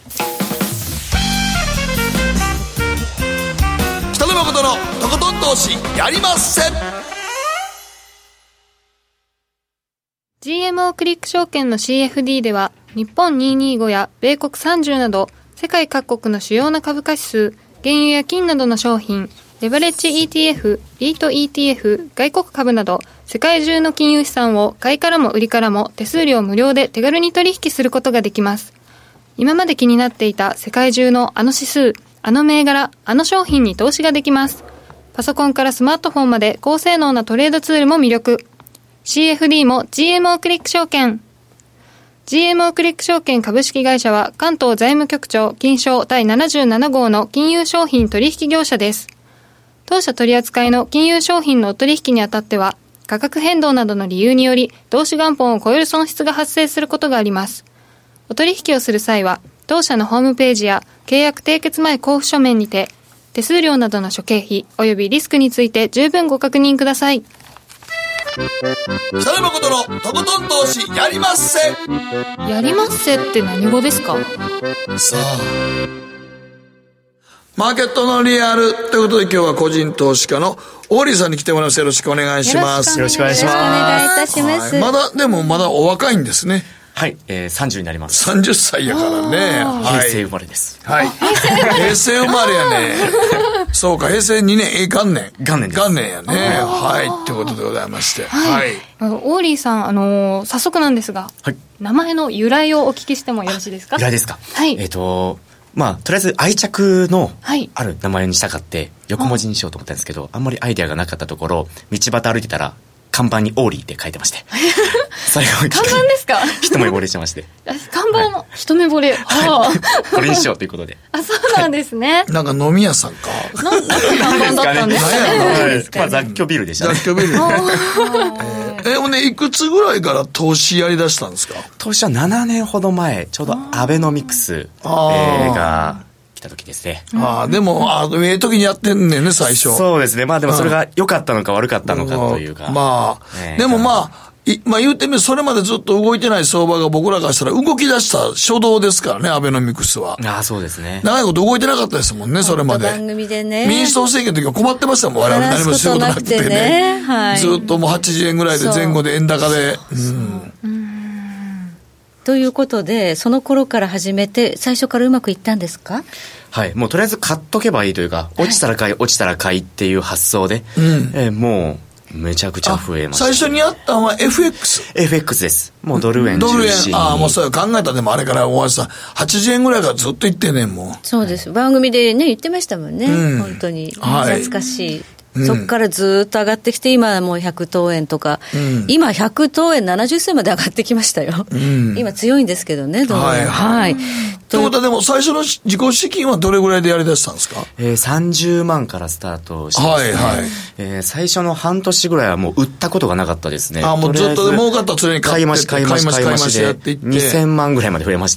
北野誠のとことん投資やりません。 GMO クリック証券の CFD では日本225や米国30など世界各国の主要な株価指数、原油や金などの商品、レバレッジ ETF、リート ETF、外国株など世界中の金融資産を買いからも売りからも手数料無料で手軽に取引することができます。今まで気になっていた世界中の指数、 あの銘柄、あの商品に投資ができます。パソコンからスマートフォンまで高性能なトレードツールも魅力。CFD も GMO クリック証券。GMO クリック証券株式会社は関東財務局長金商第77号の金融商品取引業者です。当社取扱いの金融商品のお取引にあたっては、価格変動などの理由により投資元本を超える損失が発生することがあります。お取引をする際は当社のホームページや契約締結前交付書面にて手数料などの諸経費およびリスクについて十分ご確認ください。 北野誠のとことん投資やりまっせ。 やりまっせって何語ですか？ さあ、マーケットのリアルということで今日は個人投資家のオーリーさんに来てもらいます。よろしくお願いします。 よろしくお願いします。よろしくお願いいたします。 まだお若いんですね。 はい、30になります。 30歳やからね。 平成生まれです。 はい。平成生まれやね。そうか、平成2年、元年です。元年やね。はい、ということでございまして。はい。 オーリーさん、早速なんですが、はい、名前の由来をお聞きしてもよろしいですか？ 由来ですか？ はい。 とりあえず愛着のある名前にしたかって横文字にしようと思ったんですけど、あんまりアイデアがなかったところ、道端歩いてたら看板にオーリーって書いてましてそれを看板ですか？ 一目惚れしまして看板の一目惚れ、 はい、これにしようということであ、そうなんですね、 なんか飲み屋さんかなんか看板だったんですかね。 雑居ビルでしたね。 雑居ビルほんでいくつぐらいから投資やりだしたんですか？ 投資は7年ほど前、ちょうどアベノミクスが来た時ですね。 でもええ時にやってんねんね、最初。 そうですね。まあでもそれが良かったのか悪かったのかというか、 でも言うてみる、それまでずっと動いてない相場が僕らからしたら動き出した初動ですからね、アベノミクスは。 そうですね。 長いこと動いてなかったですもんね、それまで。 番組でね。 民主党政権の時は困ってましたもん、我々何も仕事なくてね。ずっともう80円ぐらいで前後で円高で。 ということで、その頃から始めて最初からうまくいったんですか？ はい、もうとりあえず買っとけばいいというか、落ちたら買い、落ちたら買いっていう発想で、もうめちゃくちゃ増えました。 最初にやったのは FX です。もうドル円中心に。 もうそう考えたでもあれから大橋さん80円ぐらいからずっと言ってねんもん。 そうです、番組でね言ってましたもんね、本当に懐かしい。そこからずっと上がってきて、今はもう100等円とか、今100等円70銭まで上がってきましたよ、今強いんですけどね、ドル円。はい。 ということはでも最初の自己資金はどれぐらいでやりだしたんですか ？30万からスタートしてますね。最初の半年ぐらいはもう売ったことがなかったですね。 もうずっとで儲かったらそれに買い増しで2000万ぐらいまで増えまして。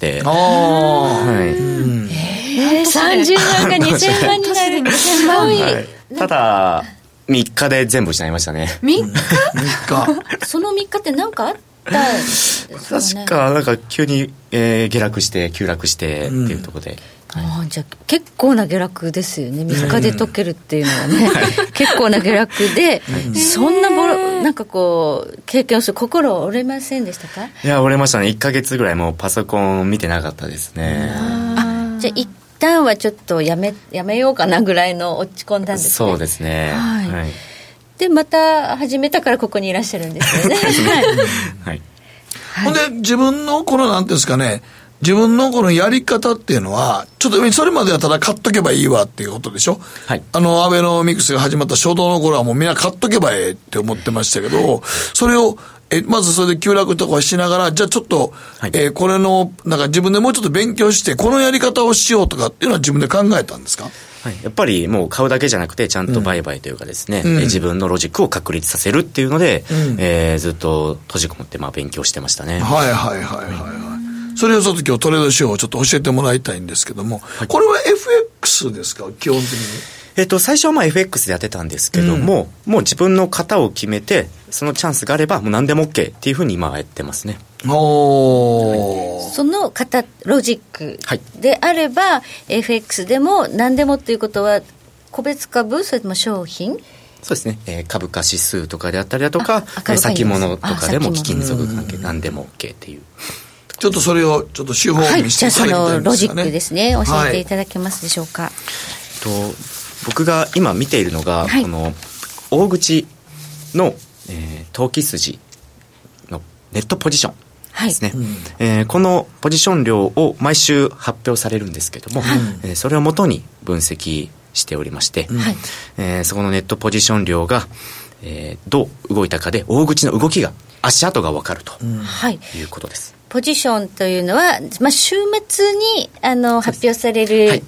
30万が2000万になる。2000万。 ただ3日で全部失いましたね。 3日その3日って何かあった確かなんか急に、下落して急落してっていうところで、 じゃあ結構な下落ですよね。3日で解けるっていうのはね、結構な下落で、そんななんかこう経験をする心折れませんでしたか？ いや折れましたね。1ヶ月ぐらいもうパソコン見てなかったですね。 じゃあ一旦はちょっとやめようかなぐらいの落ち込んだんですね。 そうですね。はい。 でまた始めたからここにいらっしゃるんですよね。 はい。ほんで自分のこのなんていうんですかね、自分のこのやり方っていうのはちょっとそれまではただ買っとけばいいわっていうことでしょ。はい。アベノミクスが始まった初動の頃はもうみんな買っとけばええって思ってましたけど、それをまずそれで急落とかしながら、じゃあちょっと、これのなんか自分でもうちょっと勉強してこのやり方をしようとかっていうのは自分で考えたんですか？ はい、やっぱりもう買うだけじゃなくてちゃんと売買というかですね、自分のロジックを確立させるっていうので、ずっと閉じこもって勉強してましたね。 はいはいはいはいはい。それをちょっと今日トレード手法をちょっと教えてもらいたいんですけども、これは FX ですか基本的に？ 最初はFX でやってたんですけども、もう自分の型を決めてそのチャンスがあればもう何でも OK っていうふうに今はやってますね。 その型ロジックであれば、FX でも何でもっていうことは個別株それとも商品？ そうですね、株価指数とかであったりだとか先物とかでも貴金属関係何でも OK っていう。 ちょっとそれをちょっと手法を見せていただきたいんですかね。 じゃあそのロジックですね、教えていただけますでしょうか？ 僕が今見ているのが、この大口の、投機筋のネットポジション、 ですね、このポジション量を毎週発表されるんですけども、それをもとに分析しておりまして、そこのネットポジション量が、どう動いたかで大口の動きが足跡が分かるということです。 ポジションというのは、週末に発表される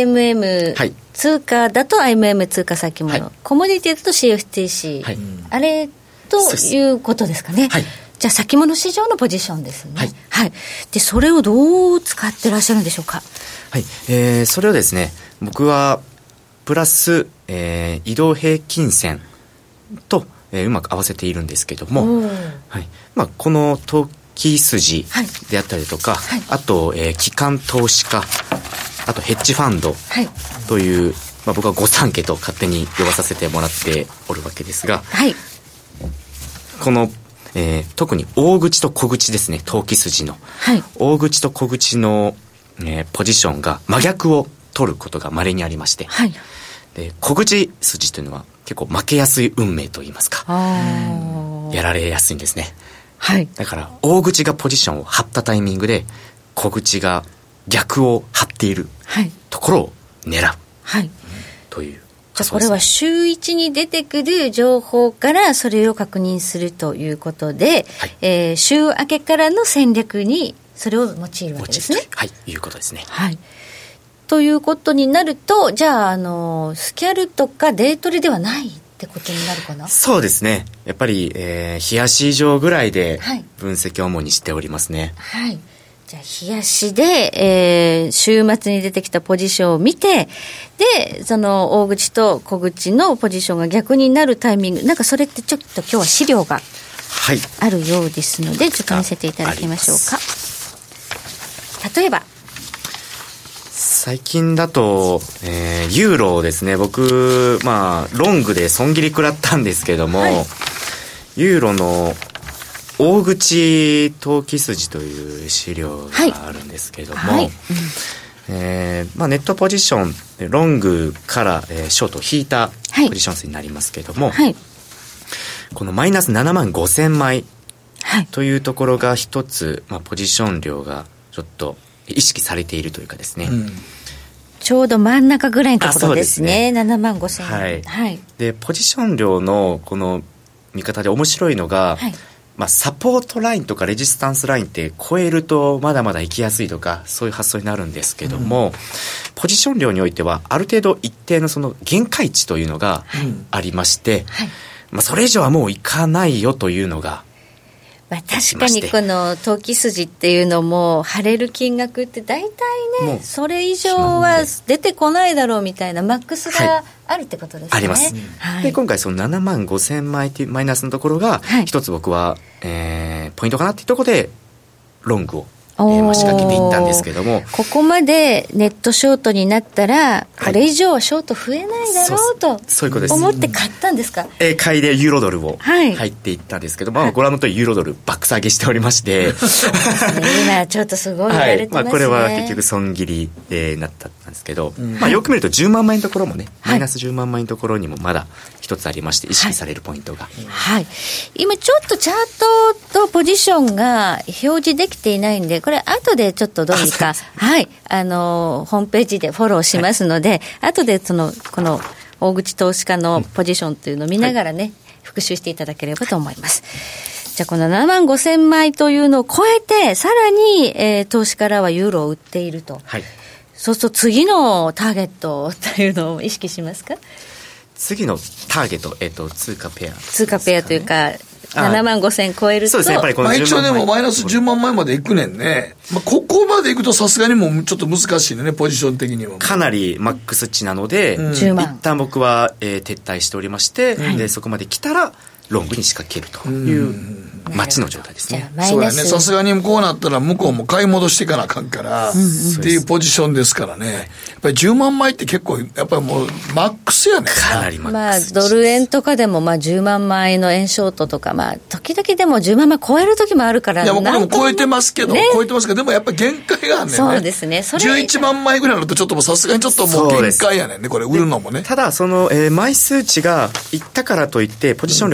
IMM 通貨だと IMM 通貨先物、コモディティだと CFTC、あれということですかね。じゃあ先物市場のポジションですね。でそれをどう使ってらっしゃるんでしょうか。 それをですね、僕はプラス、移動平均線と、うまく合わせているんですけども、この投機筋であったりとか、あと、機関投資家、あとヘッジファンドという、僕は御三家と勝手に呼ばさせてもらっておるわけですが、この、特に大口と小口ですね、投機筋の、大口と小口の、ポジションが真逆を取ることが稀にありまして、で小口筋というのは結構負けやすい運命といいますか、やられやすいんですね。だから大口がポジションを張ったタイミングで小口が逆を張っているところを狙う、という。 じゃあこれは週1に出てくる情報からそれを確認するということで、週明けからの戦略にそれを用いるわけですね。 いうことですね。 ということになると、じゃあ、スキャルとかデイトレではないってことになるかな。 そうですね。やっぱり、日足以上ぐらいで分析を主にしておりますね。 じゃあ日足で、週末に出てきたポジションを見て、でその大口と小口のポジションが逆になるタイミング、なんかそれってちょっと今日は資料があるようですので、ちょっと見せていただきましょうか。例えば最近だと、ユーロですね。僕、ロングで損切り食らったんですけども、ユーロの大口投機筋という資料があるんですけども、ネットポジションロングから、ショートを引いたポジション数になりますけども、このマイナス7万5000枚というところが一つ、ポジション量がちょっと意識されているというかですね、 ちょうど真ん中ぐらいのところですね。7万5000円、 でポジション量のこの見方で面白いのが、サポートラインとかレジスタンスラインって超えるとまだまだ行きやすいとか、そういう発想になるんですけども、ポジション量においてはある程度一定のその限界値というのがありまして、それ以上はもういかないよというのが、 確かにこの投機筋っていうのも張れる金額って大体ね、それ以上は出てこないだろうみたいなマックスがあるってことですね。 あります。で今回その7万5000枚というマイナスのところが一つ僕は、ポイントかなっていうところでロングを仕掛けていったんですけども、 ここまでネットショートになったら、これ以上はショート増えないだろうと思って買ったんですか。 買いでユーロドルを入っていったんですけど、ご覧の通りユーロドル爆下げしておりまして今ちょっとすごい言われてますね。 これは結局損切りでなったんですけど、よく見ると10万枚のところもね、マイナス10万枚のところにもまだ一つありまして、意識されるポイントが、 今ちょっとチャートとポジションが表示できていないんで、これ後でちょっとどうにか、ホームページでフォローしますので、後でこの大口投資家のポジションというのを見ながらね、復習していただければと思います。じゃあこの7万5000枚というのを超えて、さらに、投資家らはユーロを売っていると、そうすると次のターゲットというのを意識しますか。 次のターゲット、通貨ペアというか7万5000超えると、 そうですね、やっぱりこの一応でもマイナス10万枚までいくねんね。ここまでいくとさすがにもうちょっと難しいね、ポジション的には。 かなりマックス値なので、一旦僕は、撤退しておりまして、でそこまで来たらロングに仕掛けるという待ちの状態ですね。 そうやね。さすがにこうなったら向こうも買い戻していかなあかんからっていうポジションですからね。やっぱり10万枚って結構やっぱりもうマックスやね。 かなりマックス。 ドル円とかでも10万枚の円ショートとか、時々でも10万枚超える時もあるから。 いや僕も超えてますけど、でもやっぱり限界があんねんね。 そうですね。 11万枚ぐらいのとちょっともうさすがにちょっともう限界やねんね、これ売るのもね。 ただその、枚数値がいったからといってポジション量が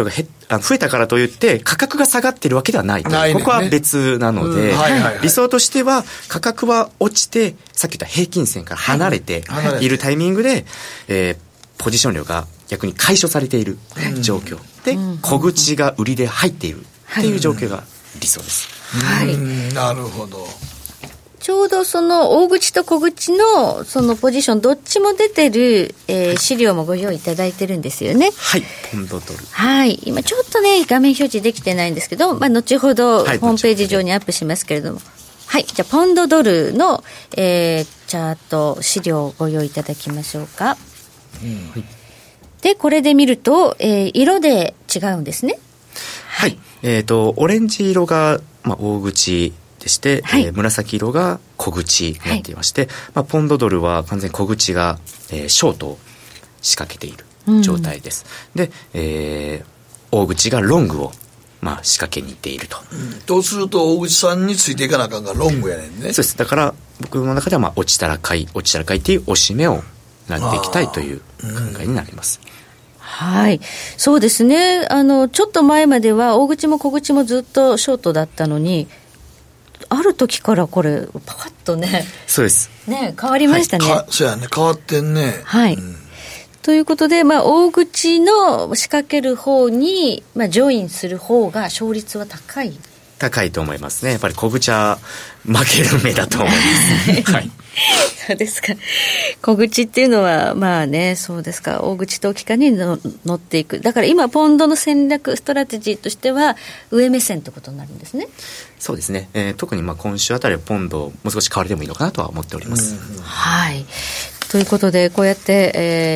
増えたからといって価格が下がってるわけではないという、ここは別なので、理想としては価格は落ちて、さっき言った平均線から離れているタイミングで、ポジション量が逆に解消されている状況で、小口が売りで入っているっていう状況が理想です。 なるほど。 ちょうどその大口と小口のそのポジションどっちも出てる、資料もご用意いただいてるんですよね。 はい、ポンドドル。 はい、今ちょっとね画面表示できてないんですけど、後ほどホームページ上にアップしますけれども、はい、じゃあポンドドルの、チャート資料をご用意いただきましょうか。でこれで見ると、色で違うんですね。 はい、オレンジ色が、大口でして、紫色が小口になっていまして、ポンドドルは完全に小口が、ショートを仕掛けている状態です。で、大口がロングを、仕掛けに行っていると。 とすると大口さんについていかなあかんがロングやねんね。 そうです。だから僕の中では、落ちたら買いっていう押し目をなっていきたいという考えになります。 はい、そうですね。ちょっと前までは大口も小口もずっとショートだったのに、ある時からこれパカッとね、 そうですね、変わりましたね。 そうやね、変わってんね。 はい。ということで、大口の仕掛ける方に、ジョインする方が勝率は高いと思いますね。やっぱり小口は負ける目だと思います。はい。 そうですか。小口っていうのはそうですか、大口と大きかに乗っていく。だから今ポンドの戦略ストラテジーとしては上目線ということになるんですね。 そうですね。特に今週あたりはポンドもう少し変わりでもいいのかなとは思っております。 はい。ということでこうやって、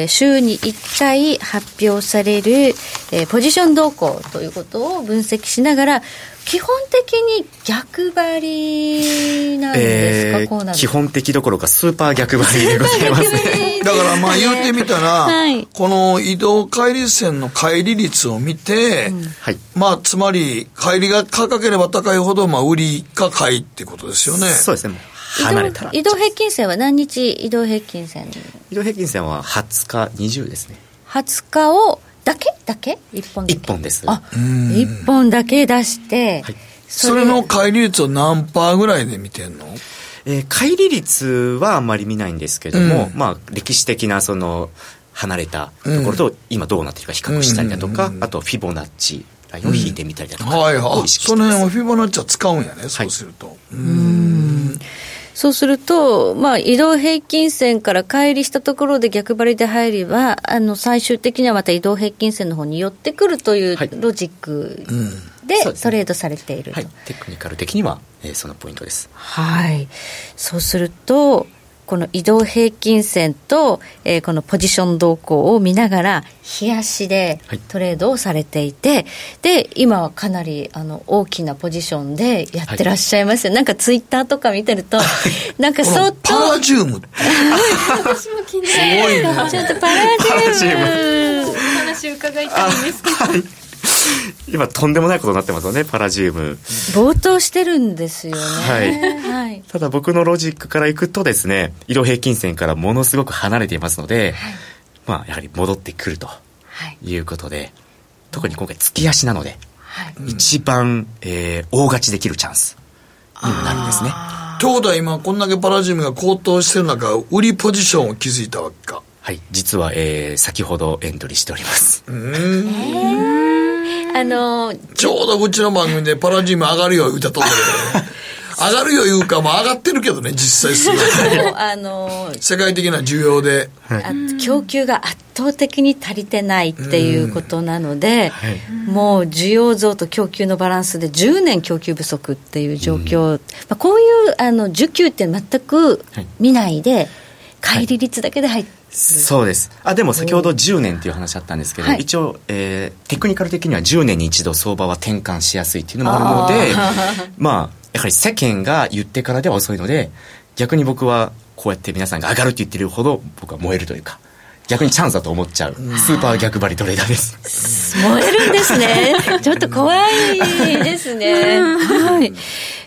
週に1回発表される、ポジション動向ということを分析しながら、基本的に逆張りなんですか、こうなる。 基本的どころかスーパー逆張りでございますね。 だから言ってみたら、この移動乖離線の乖離率を見て、つまり乖離が高ければ高いほど売りか買いってことですよね。 そうですね。離れたら移動平均線は何日移動平均線？ 移動平均線は20日20ですね。 20日をだけ1本だけ 1本です。 1本だけ出して、 それの乖離率を何パーぐらいで見てんの？ 乖離率はあんまり見ないんですけども、歴史的なその離れたところと今どうなっているか比較したりだとか、あとフィボナッチラインを引いてみたりだとか、 その辺はフィボナッチは使うんやね。そうすると、 そうすると、移動平均線から乖離したところで逆張りで入れば、最終的にはまた移動平均線の方に寄ってくるというロジックでトレードされていると。 テクニカル的には、そのポイントです。 はい。そうするとこの移動平均線と、このポジション動向を見ながら日足でトレードをされていて、で今はかなり大きなポジションでやってらっしゃいますよ。なんかツイッターとか見てるとなんか相当パラジウムって私も気になる。 ちょっとパラジウム話伺いたいんですけど、 今とんでもないことになってますよね、パラジウム。 暴騰してるんですよね。 ただ僕のロジックからいくとですね、移動平均線からものすごく離れていますので、やはり戻ってくるということで、特に今回月足なので、一番、大勝ちできるチャンスにもなるんですね。 ということは今こんだけパラジウムが高騰してる中、売りポジションを築いたわけか。 はい、実は、先ほどエントリーしております。 ちょうどうちの番組でパラジウム上がるよ言うたと思うんだけど上がるよ言うか上がってるけどね、実際すごい世界的な需要で、 供給が圧倒的に足りてないっていうことなので、もう需要増と供給のバランスで10年供給不足っていう状況、こういう需給って全く見ないで、乖離率だけで入って、 そうです。でも先ほど10年っていう話あったんですけど、一応、テクニカル的には10年に一度相場は転換しやすいっていうのもあるので、やはり世間が言ってからでは遅いので、逆に僕はこうやって皆さんが上がるって言ってるほど僕は燃えるというか、逆にチャンスだと思っちゃうスーパー逆張りトレーダーです。 燃えるんですね。ちょっと怖いですね。はい。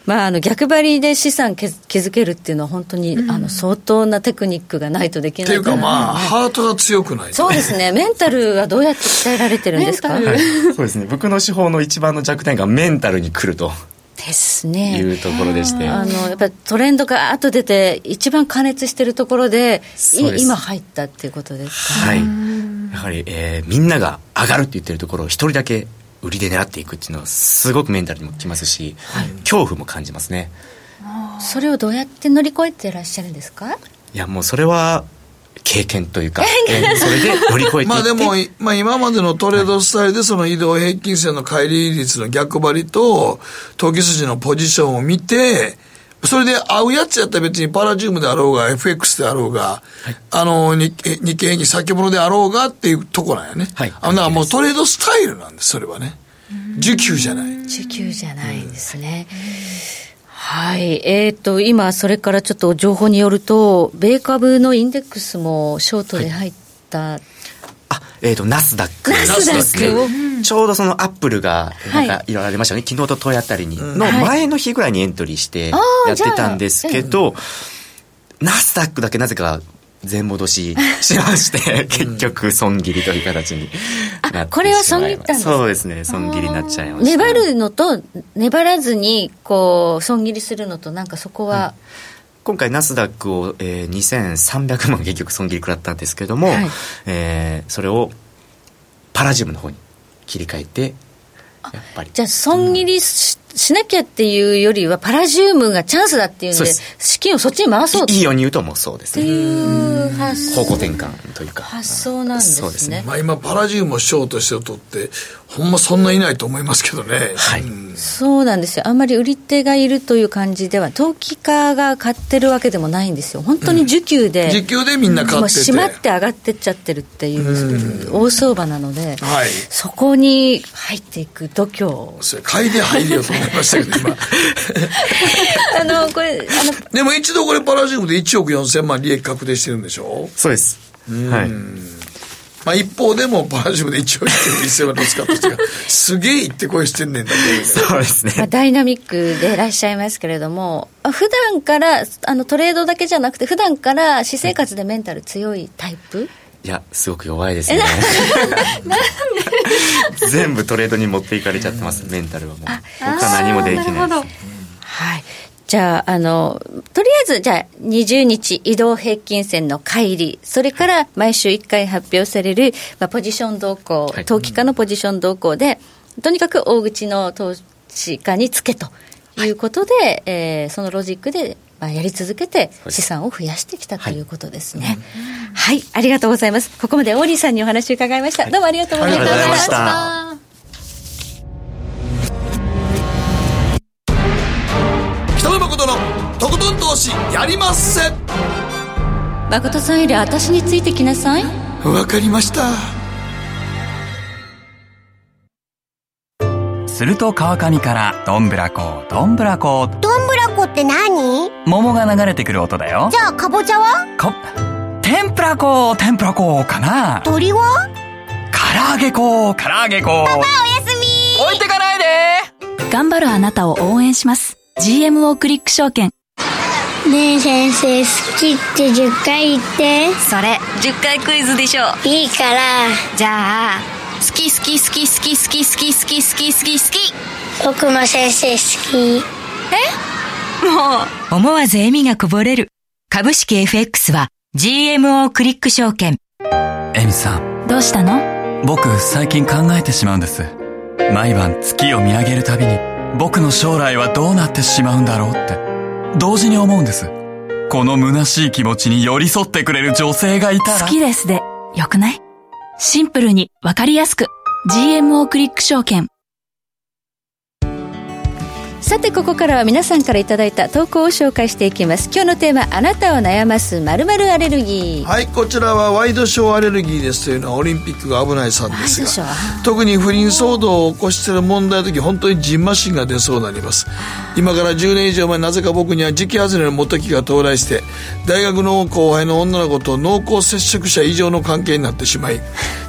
逆張りで資産築けるっていうのは本当に、相当なテクニックがないとできないっていうかハートが強くないと、ね、 そうですね。メンタルはどうやって鍛えられてるんですか？ はい、そうですね。僕の手法の一番の弱点がメンタルに来るとですね、 いうところでして、 やっぱりトレンドが後出て一番過熱してるところで今入ったっていうことですか？ はい。やはり、みんなが上がるって言ってるところを一人だけ売りで狙っていくっていうのはすごくメンタルにもきますし、恐怖も感じますね。 それをどうやって乗り越えていらっしゃるんですか？ いやもうそれは経験というか、それで乗り越えていってでも、今までのトレードスタイルでその移動平均線の乖離率の逆張りと投機筋のポジションを見て、それで合うやつやったら別にパラジウムであろうが FX であろうが、日経平均先物であろうがっていうとこなんやね。だからもうトレードスタイルなんです、それはね。需給じゃない。 需給じゃないですね。はい。今、それからちょっと情報によると、米株のインデックスもショートで入った。 ナスダックですね。ちょうどそのアップルがなんかいろいろありましたね。昨日と問いあたりにの前の日ぐらいにエントリーしてやってたんですけど、ナスダックだけなぜか全戻ししまして結局損切りという形になってしまいます。 これは損切ったんですか？ そうですね、損切りになっちゃいました。 粘るのと粘らずにこう損切りするのとなんかそこは、 今回ナスダックを、2300万結局損切り食らったんですけども、それをパラジウムの方に切り替えて、やっぱりじゃあ損切りしなきゃっていうよりはパラジウムがチャンスだっていうんで資金をそっちに回そういいように言うともうそうですねっていう方向転換というか発想なんですね。 そうですね。 今パラジウムをショートして取ってほんまそんないないと思いますけどね。 そうなんですよ。あんまり売り手がいるという感じでは投機家が買ってるわけでもないんですよ。本当に需給で、 みんな買っててもう閉まって上がってっちゃってるっていう大相場なので、そこに入っていく度胸買いで入るよと思いましたけど今これでも一度これパラジウムで1億4000万利益確定してるんでしょ？ そうです。 一方でもパラジウムで1億1000万の使った人がすげえ言ってこいしてんねんだけどそうですね。 ダイナミックでいらっしゃいますけれども、普段からトレードだけじゃなくて普段から私生活でメンタル強いタイプ？いやすごく弱いですね。全部トレードに持っていかれちゃってます。メンタルはもう僕は何もできないです。 はい。じゃあとりあえずじゃあ20日移動平均線の乖離、それから毎週1回発表される、ポジション動向、投機家のポジション動向でとにかく大口の投資家につけということで、そのロジックでやり続けて資産を増やしてきたということですね。はい、ありがとうございます。ここまでオーリーさんにお話を伺いました。どうもありがとうございました。 北野誠のとことん投資やりまっせ。 誠さんより私についてきなさい。 わかりました。 すると川上からどんぶらこどんぶらこ。 どんぶらこって何？ 桃が流れてくる音だよ。 じゃあかぼちゃは？ 天ぷらこ天ぷらこかな。 鳥は？ 唐揚げこ唐揚げこ。 パパおやすみ。 置いてかないで。 頑張るあなたを応援します。 GMO クリック証券。 ねえ先生、好きって10回言って。 それ10回クイズでしょ。 いいから。 じゃあ好き好き好き好き好き好き好き好き好き好き。 僕も先生好き。 もう思わず笑みがこぼれる。株式 FX は GMO クリック証券。 エミさん、 どうしたの？ 僕最近考えてしまうんです。毎晩月を見上げるたびに僕の将来はどうなってしまうんだろうって同時に思うんです。この虚しい気持ちに寄り添ってくれる女性がいたら。 好きですでよくない？シンプルにわかりやすく GMO クリック証券。 さてここからは皆さんからいただいた投稿を紹介していきます。今日のテーマ、あなたを悩ます〇〇アレルギー。 はい、こちらはワイドショーアレルギーですというのはオリンピックが危ないさんですが、特に不倫騒動を起こしている問題の時、本当にジンマシンが出そうになります。今から10年以上前、なぜか僕には時期外れの元期が到来して、大学の後輩の女の子と濃厚接触者以上の関係になってしまい、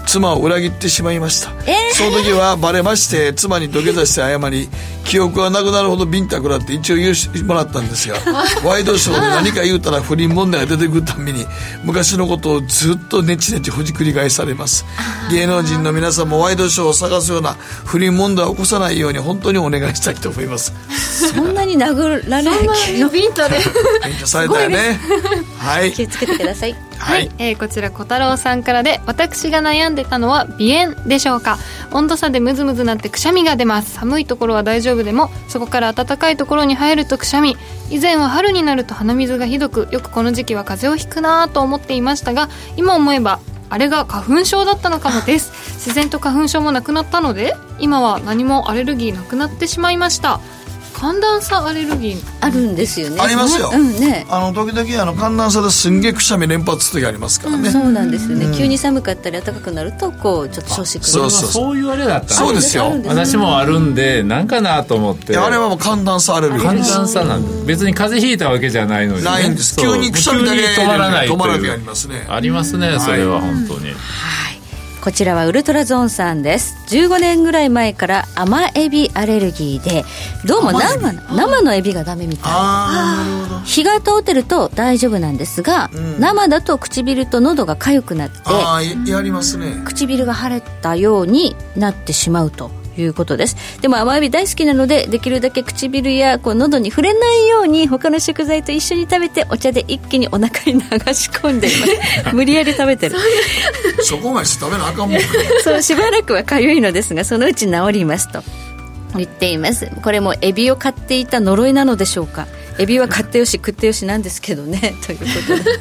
妻を裏切ってしまいました、その時はバレまして、妻に土下座して謝り、記憶がなくなるほどビンタ食らって一応言ってもらったんですがワイドショーで何か言うたら不倫問題が出てくるたびに昔のことをずっとネチネチほじくり返されます。芸能人の皆さんもワイドショーを探すような不倫問題を起こさないように本当にお願いしたいと思います。 そんなに殴られるビンタでビンタされたよねはい、 気をつけてください。 はい、こちら小太郎さんからで、私が悩んでたのは鼻炎でしょうか。温度差でムズムズなってくしゃみが出ます。寒いところは大丈夫でもそこから暖かいところに入るとくしゃみ。以前は春になると鼻水がひどく、よくこの時期は風邪をひくなと思っていましたが、今思えばあれが花粉症だったのかもです。自然と花粉症もなくなったので今は何もアレルギーなくなってしまいました。寒暖差アレルギーあるんですよね。 ありますよ、 ね、 時々寒暖差ですんげえくしゃみ連発する時ありますからね、 そうなんですよね、急に寒かったり暖かくなるとこうちょっと調子くる。 そういうあれだったんです。 そうですよ、 私もあるんでなんかなと思って。 あれはもう寒暖差アレルギーです。 寒暖差なんです。別に風邪ひいたわけじゃないのに、ね、 ないんです。急にくしゃみだけ止まらない止まらない時ありますね。 ありますね、それは本当に。 こちらはウルトラゾーンさんです。15年ぐらい前から甘エビアレルギーで、どうも生のエビがダメみたい。日が通ってると大丈夫なんですが、生だと唇と喉が痒くなって、 やりますね。 唇が腫れたようになってしまうということです。でも甘エビ大好きなので、できるだけ唇や喉に触れないように他の食材と一緒に食べて、お茶で一気にお腹に流し込んでいます無理やり食べてるそこまでして食べなあかんもんそう、しばらくは痒いのですがそのうち治りますと言っています。これもエビを飼っていた呪いなのでしょうか。エビは飼ってよし食ってよしなんですけどねということで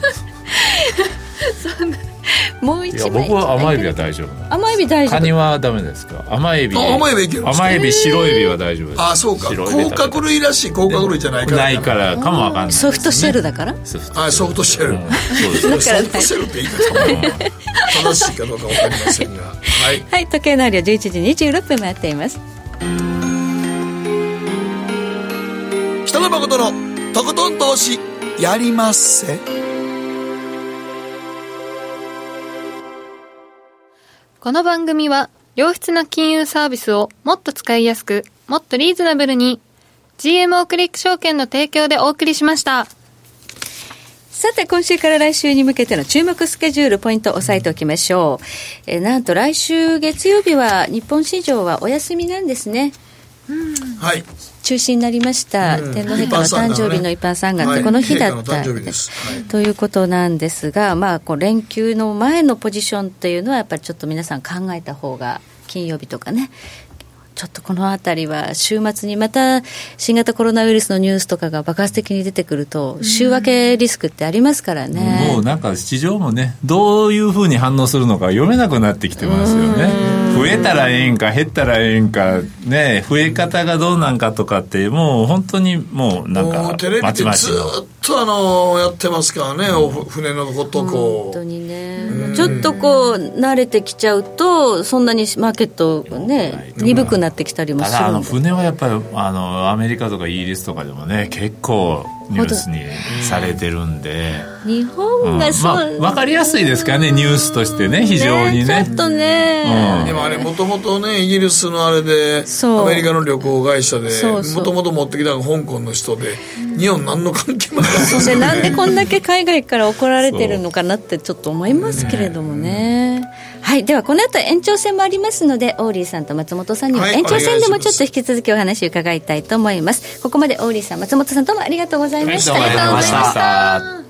もう一枚。 僕は甘エビは大丈夫。 甘エビ大丈夫。 カニはダメですか。甘エビ。 甘エビいけるんですか。 甘エビ、白エビは大丈夫です。 あ、そうか。甲殻類らしい甲殻類じゃないから。 ないからかもわかんない、ね。 ソフトシェルだから。 ソフトシェル。 そうです。 ソフトシェルって言い方も正しいかどうかわかりませんが。はい。 はい、時計の針は11時26分回っています。 北野誠のとことん投資やりまっせ。 この番組は良質な金融サービスをもっと使いやすく、もっとリーズナブルに GMO クリック証券の提供でお送りしました。 さて今週から来週に向けての注目スケジュールポイントを押さえておきましょう。なんと来週月曜日は日本市場はお休みなんですね。 はい、 中止になりました、天皇陛下の誕生日の一般参賀ってこの日だった、ということなんですが、こう連休の前のポジションというのはやっぱりちょっと皆さん考えた方が、金曜日とかね、ちょっとこのあたりは週末にまた新型コロナウイルスのニュースとかが爆発的に出てくると週明けリスクってありますからね。 もうなんか市場もね、どういうふうに反応するのか読めなくなってきてますよね。増えたらええんか減ったらええんかね、増え方がどうなんかとかってもう本当にもうなんかテレビでずっとやってますからね、船のことこう本当にね、ちょっとこう慣れてきちゃうとそんなにマーケットね鈍くなってきたりもするんで、 船はやっぱりアメリカとかイギリスとかでもね結構ニュースにされてるんで、 日本が分かりやすいですかね、ニュースとしてね、非常にねちょっとね、 でもあれもともとねイギリスのあれでアメリカの旅行会社でもともと持ってきたのが香港の人で、日本何の関係もないそうで、なんでこんだけ海外から怒られてるのかなってちょっと思いますけれどもね。はい、ではこの後延長戦もありますので、オーリーさんと松本さんには延長戦でもちょっと引き続きお話を伺いたいと思います。ここまでオーリーさん、松本さんどうもありがとうございました。 ありがとうございました。